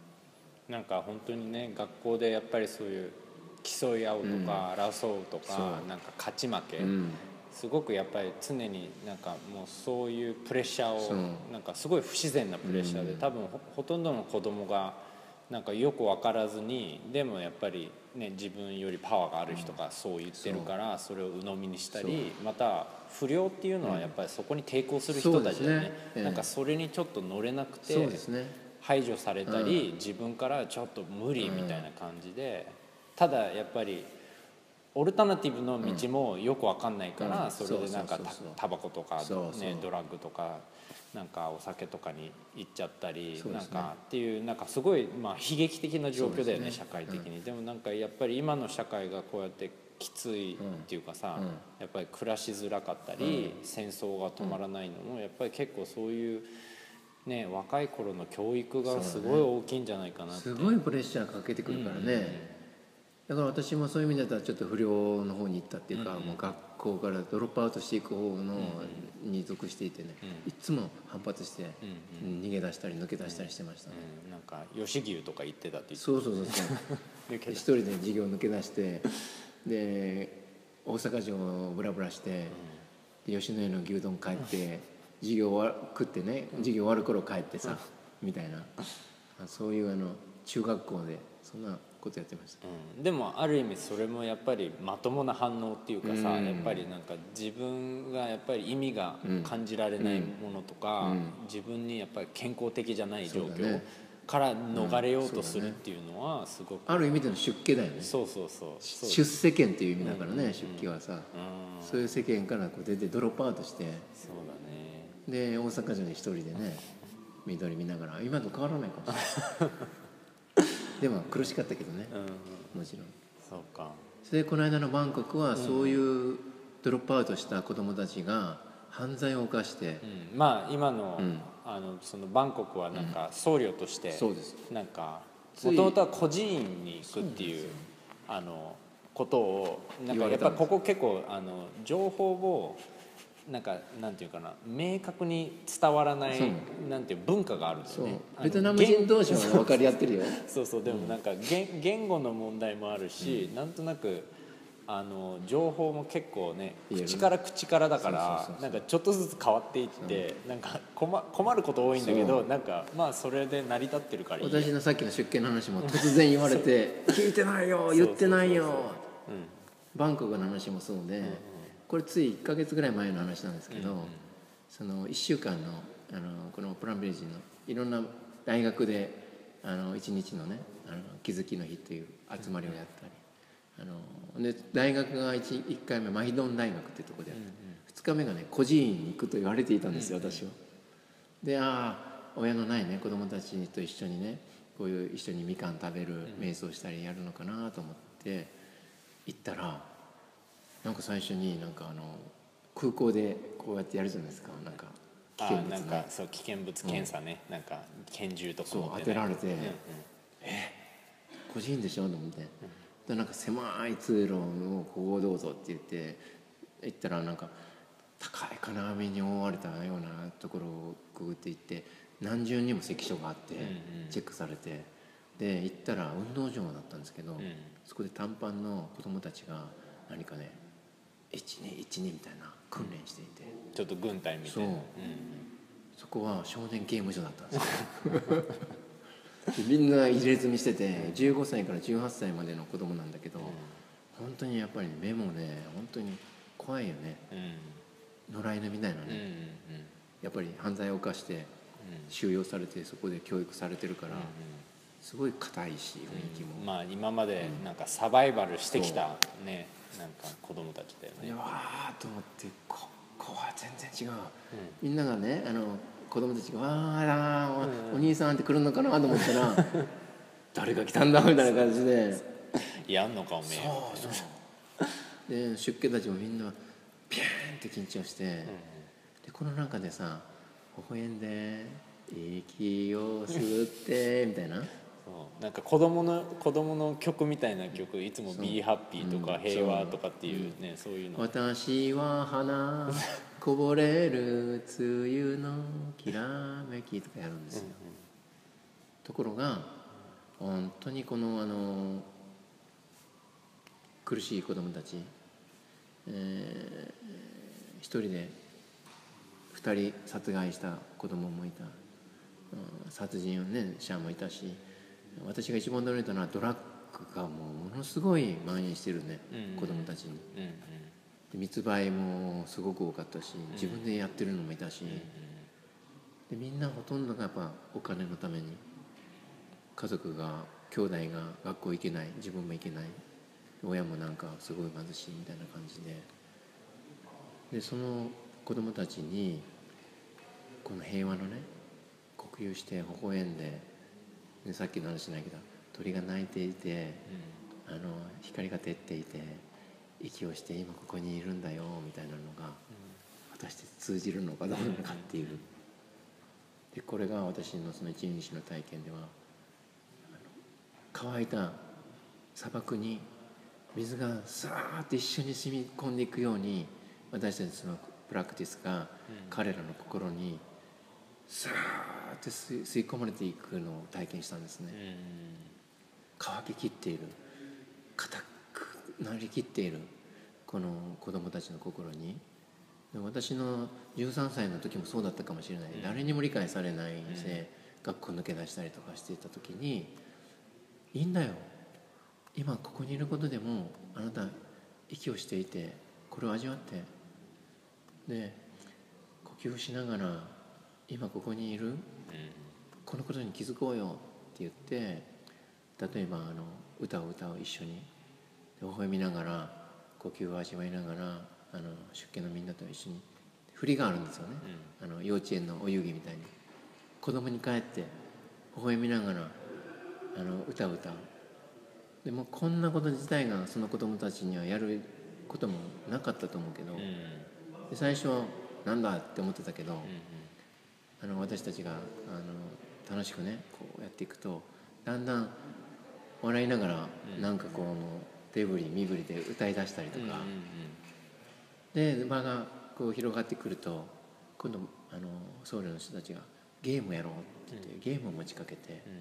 なんか本当にね学校でやっぱりそういう競い合うとか、うん、争うとかなんか勝ち負け、うん、すごくやっぱり常になんかもうそういうプレッシャーをなんかすごい不自然なプレッシャーで、多分 ほ, ほとんどの子供がなんかよく分からずに、でもやっぱりね自分よりパワーがある人がそう言ってるからそれを鵜呑みにしたり、また不良っていうのはやっぱりそこに抵抗する人たちだよね、うん、なんかそれにちょっと乗れなくて排除されたり、自分からちょっと無理みたいな感じで、ただやっぱりオルタナティブの道もよく分かんないから、それでなんかタバコとかねドラッグとかなんかお酒とかに行っちゃったりなんかっていうなんかすごいまあ悲劇的な状況だよね社会的に。でもなんかやっぱり今の社会がこうやってきついっていうかさ、やっぱり暮らしづらかったり戦争が止まらないのもやっぱり結構そういうね若い頃の教育がすごい大きいんじゃないかなって。 すごいプレッシャーかけてくるからね。だから私もそういう意味だったらちょっと不良の方に行ったっていうか、うんうん、もう学校からドロップアウトしていく方のに属していてね、うん、いつも反発して逃げ出したり抜け出したりしてましたね、 うんうん、なんか吉牛とか行ってたって言ってた。 そうそうそうそう一人で授業抜け出してで大阪城をブラブラして、うん、吉野家の牛丼帰って授業終わ食ってね授業終わる頃帰ってさみたいな、そういうあの中学校でそんなことやってました、 うん、でもある意味それもやっぱりまともな反応っていうかさ、うん、やっぱりなんか自分がやっぱり意味が感じられないものとか、うんうん、自分にやっぱり健康的じゃない状況から逃れようとするっていうのはすごく、 ある意味での出家だよね。 そうそうそうそう、 出世間っていう意味だからね、うんうんうん、出家はさ、うん、そういう世間からこう出てドロップアウトして、 そうだね、 で大阪城に一人でね緑見ながら、今と変わらないかもしれないでも苦しかったけどね、うんうん、もちろん。 そうか。 それでこの間のバンコクはそういうドロップアウトした子どもたちが犯罪を犯して、 うん、まあ今の、うん、あのそのバンコクはなんか僧侶として、 そうです、 なんかもともとは孤児院に行くっていうあのことをなんかやっぱここ結構あの情報をなんかなんていうかな、明確に伝わらないなんていう文化があるんだよね。 ベトナム人同士は分かり合ってるよそうそう、でもなんか 言, 言語の問題もあるし、うん、なんとなくあの情報も結構ね口から口からだからなんかちょっとずつ変わっていって、なんか 困, 困ること多いんだけど、なんかまあそれで成り立ってるからいいや。 私のさっきの出家の話も突然言われて聞いてないよ言ってないよ、バンコクの話もそうで、うんうん、これついいっかげつぐらい前の話なんですけど、うんうん、そのいっしゅうかん の, あのこのプランビレッジのいろんな大学であのいちにちのねあの気づきの日という集まりをやったり、あので大学が 1, いっかいめマヒドン大学っていうところでやって、うんうん、ふつかめがね孤児院に行くと言われていたんですよ、うんうん、私は。で、ああ親のないね子供たちと一緒にねこういう一緒にみかん食べる、うん、瞑想したりやるのかなと思って行ったら、なんか最初になんかあの空港でこうやってやるじゃないですか、なんか危険物、ね、あなんかそう危険物検査ね、うん、なんか拳銃とか持って、ね、 そう当てられて、うんうん、え孤児院でしょと思って、うんでなんか狭い通路をここをどうぞって言って行ったら、なんか高い金網に覆われたようなところをくぐって行って何重にも関所があってチェックされて、で行ったら運動場だったんですけど、そこで短パンの子供たちが何かねいちにいちにみたいな訓練していて、 ちょっと軍隊みたいな。そう、うん、 そこは少年刑務所だったんですよみんな入れ墨しててじゅうごさいからじゅうはっさいまでの子供なんだけど、うん、本当にやっぱり目もね本当に怖いよね、うん、野良犬みたいなね、うんうんうん、やっぱり犯罪を犯して収容されてそこで教育されてるから、うんうん、すごい硬いし雰囲気も、 うん、まあ今までなんかサバイバルしてきたね、なんか子供たちだよね。 いやーと思ってここは全然違う、うん、みんながねあの子供たちがわー、うん、お兄さんって来るのかなと思ったら誰が来たんだみたいな感じでやんのかおめえ。 そうそうで出家たちもみんなピューンって緊張して、うん、でこの中でさ微笑んで息を吸ってみたいなそうなんか子供の子供の曲みたいな曲、いつも Be Happy とか、うん、平和とかっていうね、うん、そういうの。 私は花こぼれる梅雨のきらめきとかやるんですよ、うんうん、ところが本当にこのあの苦しい子供たち、えー、一人で二人殺害した子供もいた、うん、殺人をね者もいたし、私が一番驚いたのはドラッグがもうものすごい蔓延してるね、うんうん、子供たちに、うんうん、で密売もすごく多かったし自分でやってるのもいたし、うんうん、でみんなほとんどがやっぱお金のために家族が兄弟が学校行けない、自分も行けない、親もなんかすごい貧しいみたいな感じで、でその子供たちにこの平和のね呼吸して微笑んで、でさっきの話じゃないけど鳥が鳴いていて、うん、あの光が照っていて息をして今ここにいるんだよみたいなのが、うん、果たして通じるのかどうなのかっていう、でこれが私のその一日の体験では、乾いた砂漠に水がさーって一緒に染み込んでいくように私たちのプラクティスが彼らの心にさーって吸い込まれていくのを体験したんですね。乾ききっている、硬くなりきっているこの子供たちの心に、私のじゅうさんさいの時もそうだったかもしれない、誰にも理解されないで学校抜け出したりとかしていた時に、いいんだよ今ここにいることでもあなた息をしていて、これを味わって、で呼吸しながら今ここにいる、うん、このことに気づこうよって言って、例えばあの歌を歌う一緒に微笑みながら呼吸を味わいながら、あの出家のみんなと一緒に振りがあるんですよね、うん、あの幼稚園のお遊戯みたいに子供に帰って微笑みながらあの歌を歌う。でもこんなこと自体がその子供たちにはやることもなかったと思うけど、うん、で最初はなんだって思ってたけど、うんうん、あの私たちがあの楽しくねこうやっていくと、だんだん笑いながら、うん、なんかこう手振り身振りで歌い出したりとか、うんうんうん、で場がこう広がってくると、今度あの僧侶の人たちがゲームやろうって言って、うん、ゲームを持ちかけて、うんうん、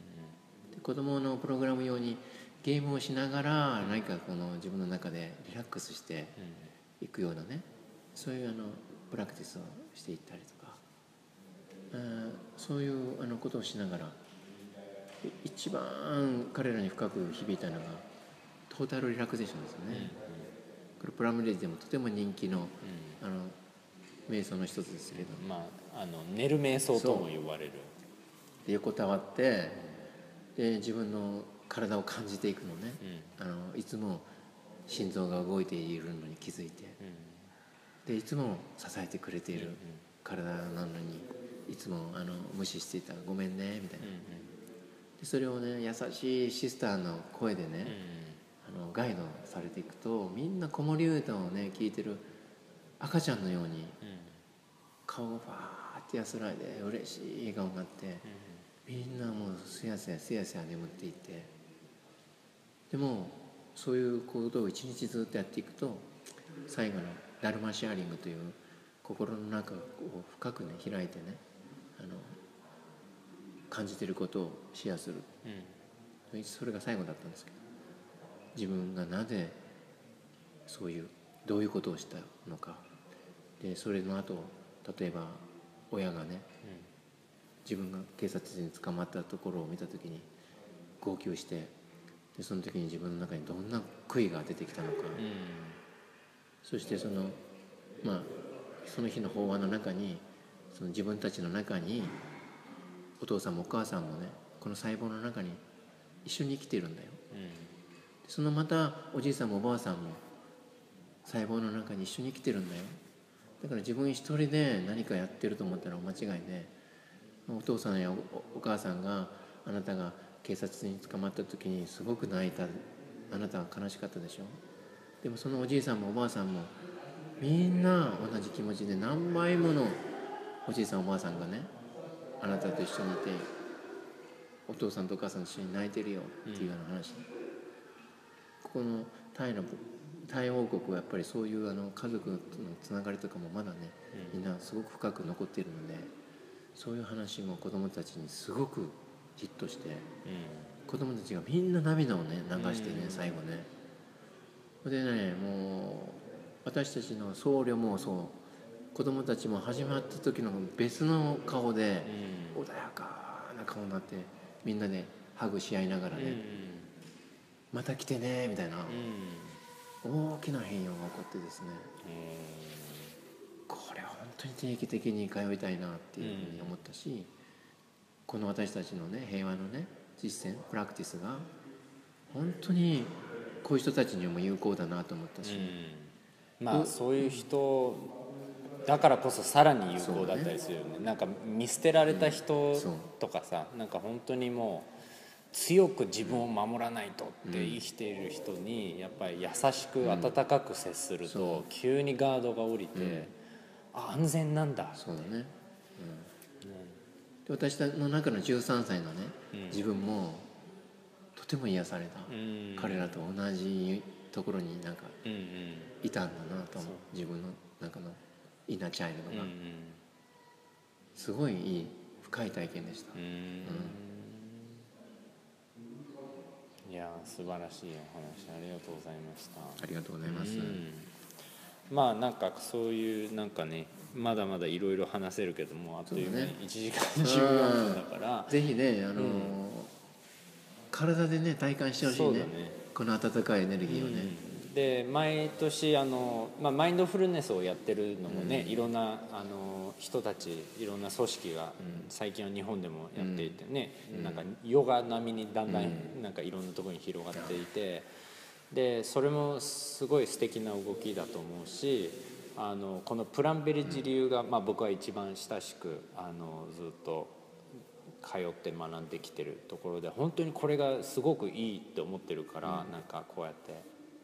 で子供のプログラム用にゲームをしながら何かこの自分の中でリラックスしていくようなね、そういうあのプラクティスをしていったりとか、あそういうあのことをしながら、一番彼らに深く響いたのがトータルリラクゼーションですよね、うんうん、これプラムレイジでもとても人気の、うん、あの瞑想の一つですけど、 うん、まあ、あの寝る瞑想とも言われる。 で横たわって、で自分の体を感じていくのね、うん、あのいつも心臓が動いているのに気づいて、うん、でいつも支えてくれている体なのにいつもあの無視していた、ごめんねみたいな、うんうん、でそれをね優しいシスターの声でね、うん、あのガイドされていくと、みんな子守歌をね聴いてる赤ちゃんのように、うん、顔がファーって安らいで嬉しい笑顔になって、うん、みんなもうすやすやすやすや眠っていて、でもそういうことを一日ずっとやっていくと、最後のダルマシェアリングという心の中を深くね開いてね、あの感じていることをシェアする、うん、それが最後だったんですけど、自分がなぜそういうどういうことをしたのかで、それの後例えば親がね、うん、自分が警察に捕まったところを見た時に号泣して、でその時に自分の中にどんな悔いが出てきたのか、うん、そしてそのまあその日の法話の中に、その自分たちの中にお父さんもお母さんもねこの細胞の中に一緒に生きているんだよ、うん、そのまたおじいさんもおばあさんも細胞の中に一緒に生きてるんだよ。だから自分一人で何かやってると思ったら間違いで、お父さんや お, お母さんがあなたが警察に捕まった時にすごく泣いた、あなたは悲しかったでしょ。でもそのおじいさんもおばあさんもみんな同じ気持ちで、何倍ものおじいさんおばあさんがねあなたと一緒にいて、お父さんとお母さんと一緒に泣いてるよっていうような話、うん、ここのタイのタイ王国はやっぱりそういうあの家族のつながりとかもまだね、うん、みんなすごく深く残っているので、そういう話も子どもたちにすごくヒットして、うん、子どもたちがみんな涙をね流してね、うん、最後ね。でね、もう私たちの僧侶もそう、子どもたちも始まった時の別の顔で、うん、穏やかな顔になってみんなでハグし合いながらね、うん、また来てねみたいな、うん、大きな変容が起こってですね、うん、これは本当に定期的に通いたいなっていうふうに思ったし、うん、この私たちのね平和のね実践プラクティスが本当にこういう人たちにも有効だなと思ったし、 うん、まあそういう人だからこそさらに有効だったりするよね。なんか見捨てられた人とかさ、なんか本当にもう強く自分を守らないとって生きている人にやっぱり優しく温かく接すると急にガードが下りて、あ、安全なんだ。 そうだね、うん、で私の中のじゅうさんさいのね、うん、自分もとても癒された、うん、彼らと同じところになんかいたんだなと思う、うん、自分の中のインナーチャイルドが、うんうん、すごいいい深い体験でした、うん、うん、 いや素晴らしいお話ありがとうございました。 ありがとうございます、うん、 まあなんかそういうなんかねまだまだいろいろ話せるけども、あっという間にいちじかんじゅうよんぷんだから、 ぜひねあのーうん、体でね体感してほしいね。 そうだね。 この温かいエネルギーをね、 うん、で毎年あの、まあ、マインドフルネスをやってるのもね、うん、いろんなあの人たちいろんな組織が最近は日本でもやっていてね、うん、なんかヨガ並みにだんだんなんかいろんなところに広がっていて、でそれもすごい素敵な動きだと思うし、あのこのプランベリッジ流が、まあ、僕は一番親しくあのずっと通って学んできてるところで、本当にこれがすごくいいって思ってるから、うん、なんかこうやって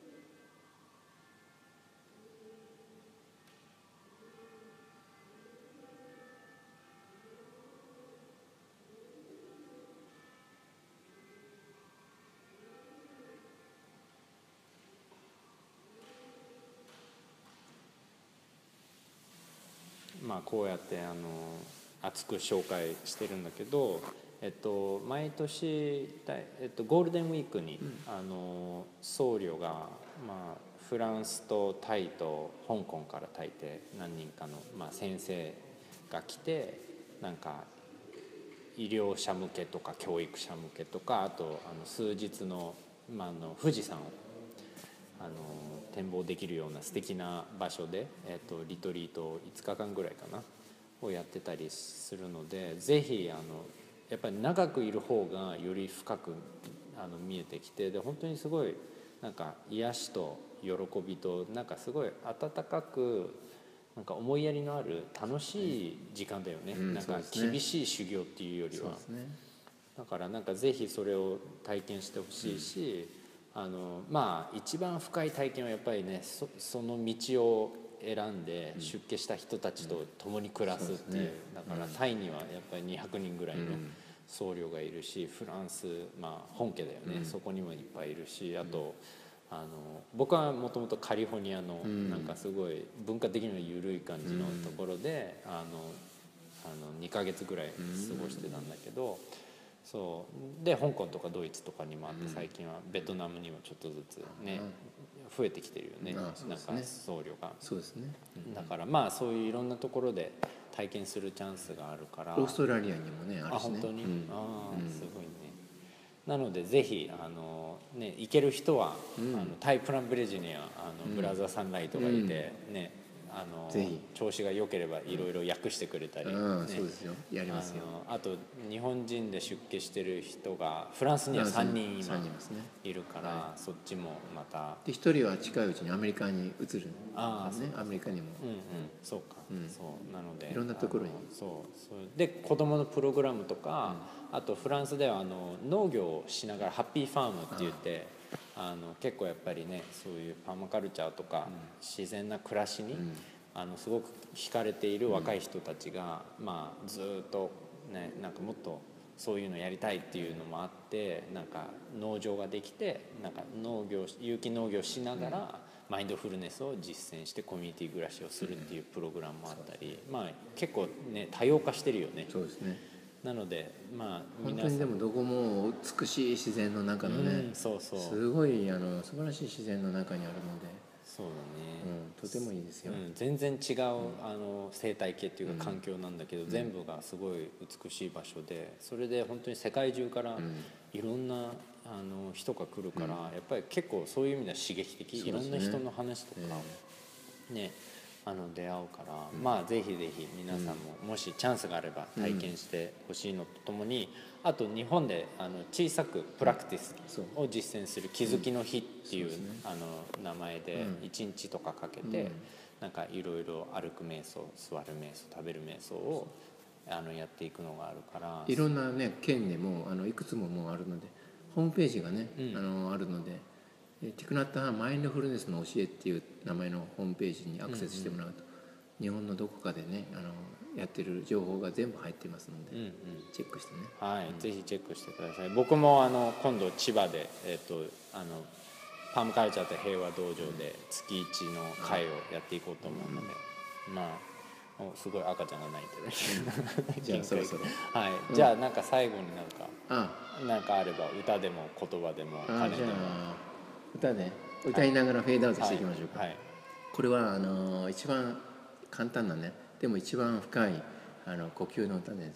まあこうやってあの熱く紹介してるんだけど、えっと、毎年、えっと、ゴールデンウィークに、うん、あの僧侶が、まあ、フランスとタイと香港から大抵何人かの、まあ、先生が来て、なんか医療者向けとか教育者向けとか、あとあの数日の、まあ、あの富士山をあの展望できるような素敵な場所で、えっと、リトリートいつかかんぐらいかなをやってたりするので、ぜひあのやっぱり長くいる方がより深くあの見えてきて、で本当にすごいなんか癒しと喜びと、なんかすごい温かくなんか思いやりのある楽しい時間だよね、うん、なんか厳しい修行っていうよりは、ね、だからなんかぜひそれを体験してほしいし、うん、あのまあ一番深い体験はやっぱりね、 そ, その道を選んで出家した人たちと共に暮らすっていう、だからタイにはやっぱりにひゃくにんぐらいの僧侶がいるし、フランス、まあ本家だよね、そこにもいっぱいいるし、あとあの僕はもともとカリフォルニアのなんかすごい文化的には緩い感じのところで、あのあのにかげつぐらい過ごしてたんだけど、そうで香港とかドイツとかにもあって、最近はベトナムにもちょっとずつね増えてきてるよね、なんか僧侶が。そうですね、だからまあそういういろんなところで体験するチャンスがあるから。 オーストラリアにもねあるしね。あ、 本当に、うん、ああすごいね。なのでぜひあの、ね、行ける人は、うん、あのタイプランビレッジにはあの、うん、ブラザーサンライトがいて、うん、ね、あの調子が良ければいろいろ訳してくれたり、ね、 うん、そうですよ、やりますよ。 あのあと日本人で出家してる人がフランスにはさんにん今いるから、はい、そっちもまたでひとりは近いうちにアメリカに移る、あ、ね、アメリカにも、 うんうん、そうか、うん、そうなのでいろんなところにそうそうで子供のプログラムとか、うん、あとフランスではあの農業をしながらハッピーファームって言って、あの結構やっぱりねそういうパーマカルチャーとか、うん、自然な暮らしに、うん、あのすごく惹かれている若い人たちが、うん、まあ、ずっとねなんかもっとそういうのやりたいっていうのもあって、なんか農場ができて、なんか農業有機農業しながら、うん、マインドフルネスを実践してコミュニティ暮らしをするっていうプログラムもあったり、うん、まあ結構ね多様化してるよね。 そうですね。 なのでまあ本当にでもどこも美しい自然の中のね、うん、そうそうすごいあの素晴らしい自然の中にあるので、 そうだね、 うん、とてもいいですよ、 うん、全然違う、うん、あの生態系っていうか環境なんだけど、うん、全部がすごい美しい場所で、それで本当に世界中からいろんなあの人が来るから、うん、やっぱり結構そういう意味では刺激的、ね、いろんな人の話とか、えー、ねあの出会うから、うん、まあぜひぜひ皆さんももしチャンスがあれば体験してほしいのとともに、あと日本であの小さくプラクティスを実践する気づきの日っていう、うん、あの名前でいちにちとかかけて、うん、なんかいろいろ歩く瞑想、座る瞑想、食べる瞑想をあのやっていくのがあるから、 いろんなね県でもあのいくつももうあるのでホームページがね、うん、あのあるので。ティクナット・マインドフルネスの教えっていう名前のホームページにアクセスしてもらうと、うんうん、日本のどこかでねあのやってる情報が全部入ってますので、うんうん、チェックしてね、 はい、 うん、 ぜひチェックしてください。僕もあの今度千葉で、えー、とあのパームカルチャーと平和道場で月一の会をやっていこうと思うので、うん、まあすごい赤ちゃんが泣いてる、うん、 じゃあそろそろ、 はい、うん、じゃあなんか最後になんかあなんかあれば歌でも言葉でも鐘でも歌で歌いながらフェードアウトしていきましょうか、はいはい、これはあの一番簡単なねでも一番深いあの呼吸の歌です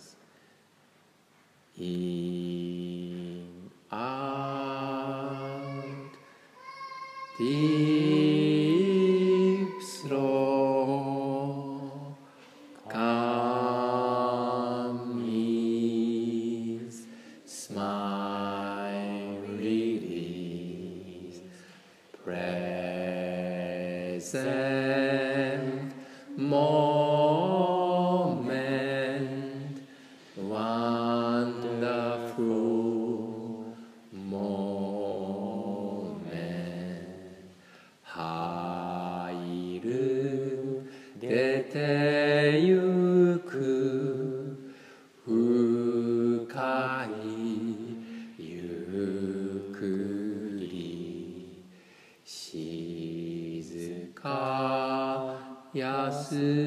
。In out Deep slow calm ease smile release present moment wonderful moment 入る出てゆく深いゆっくり静か安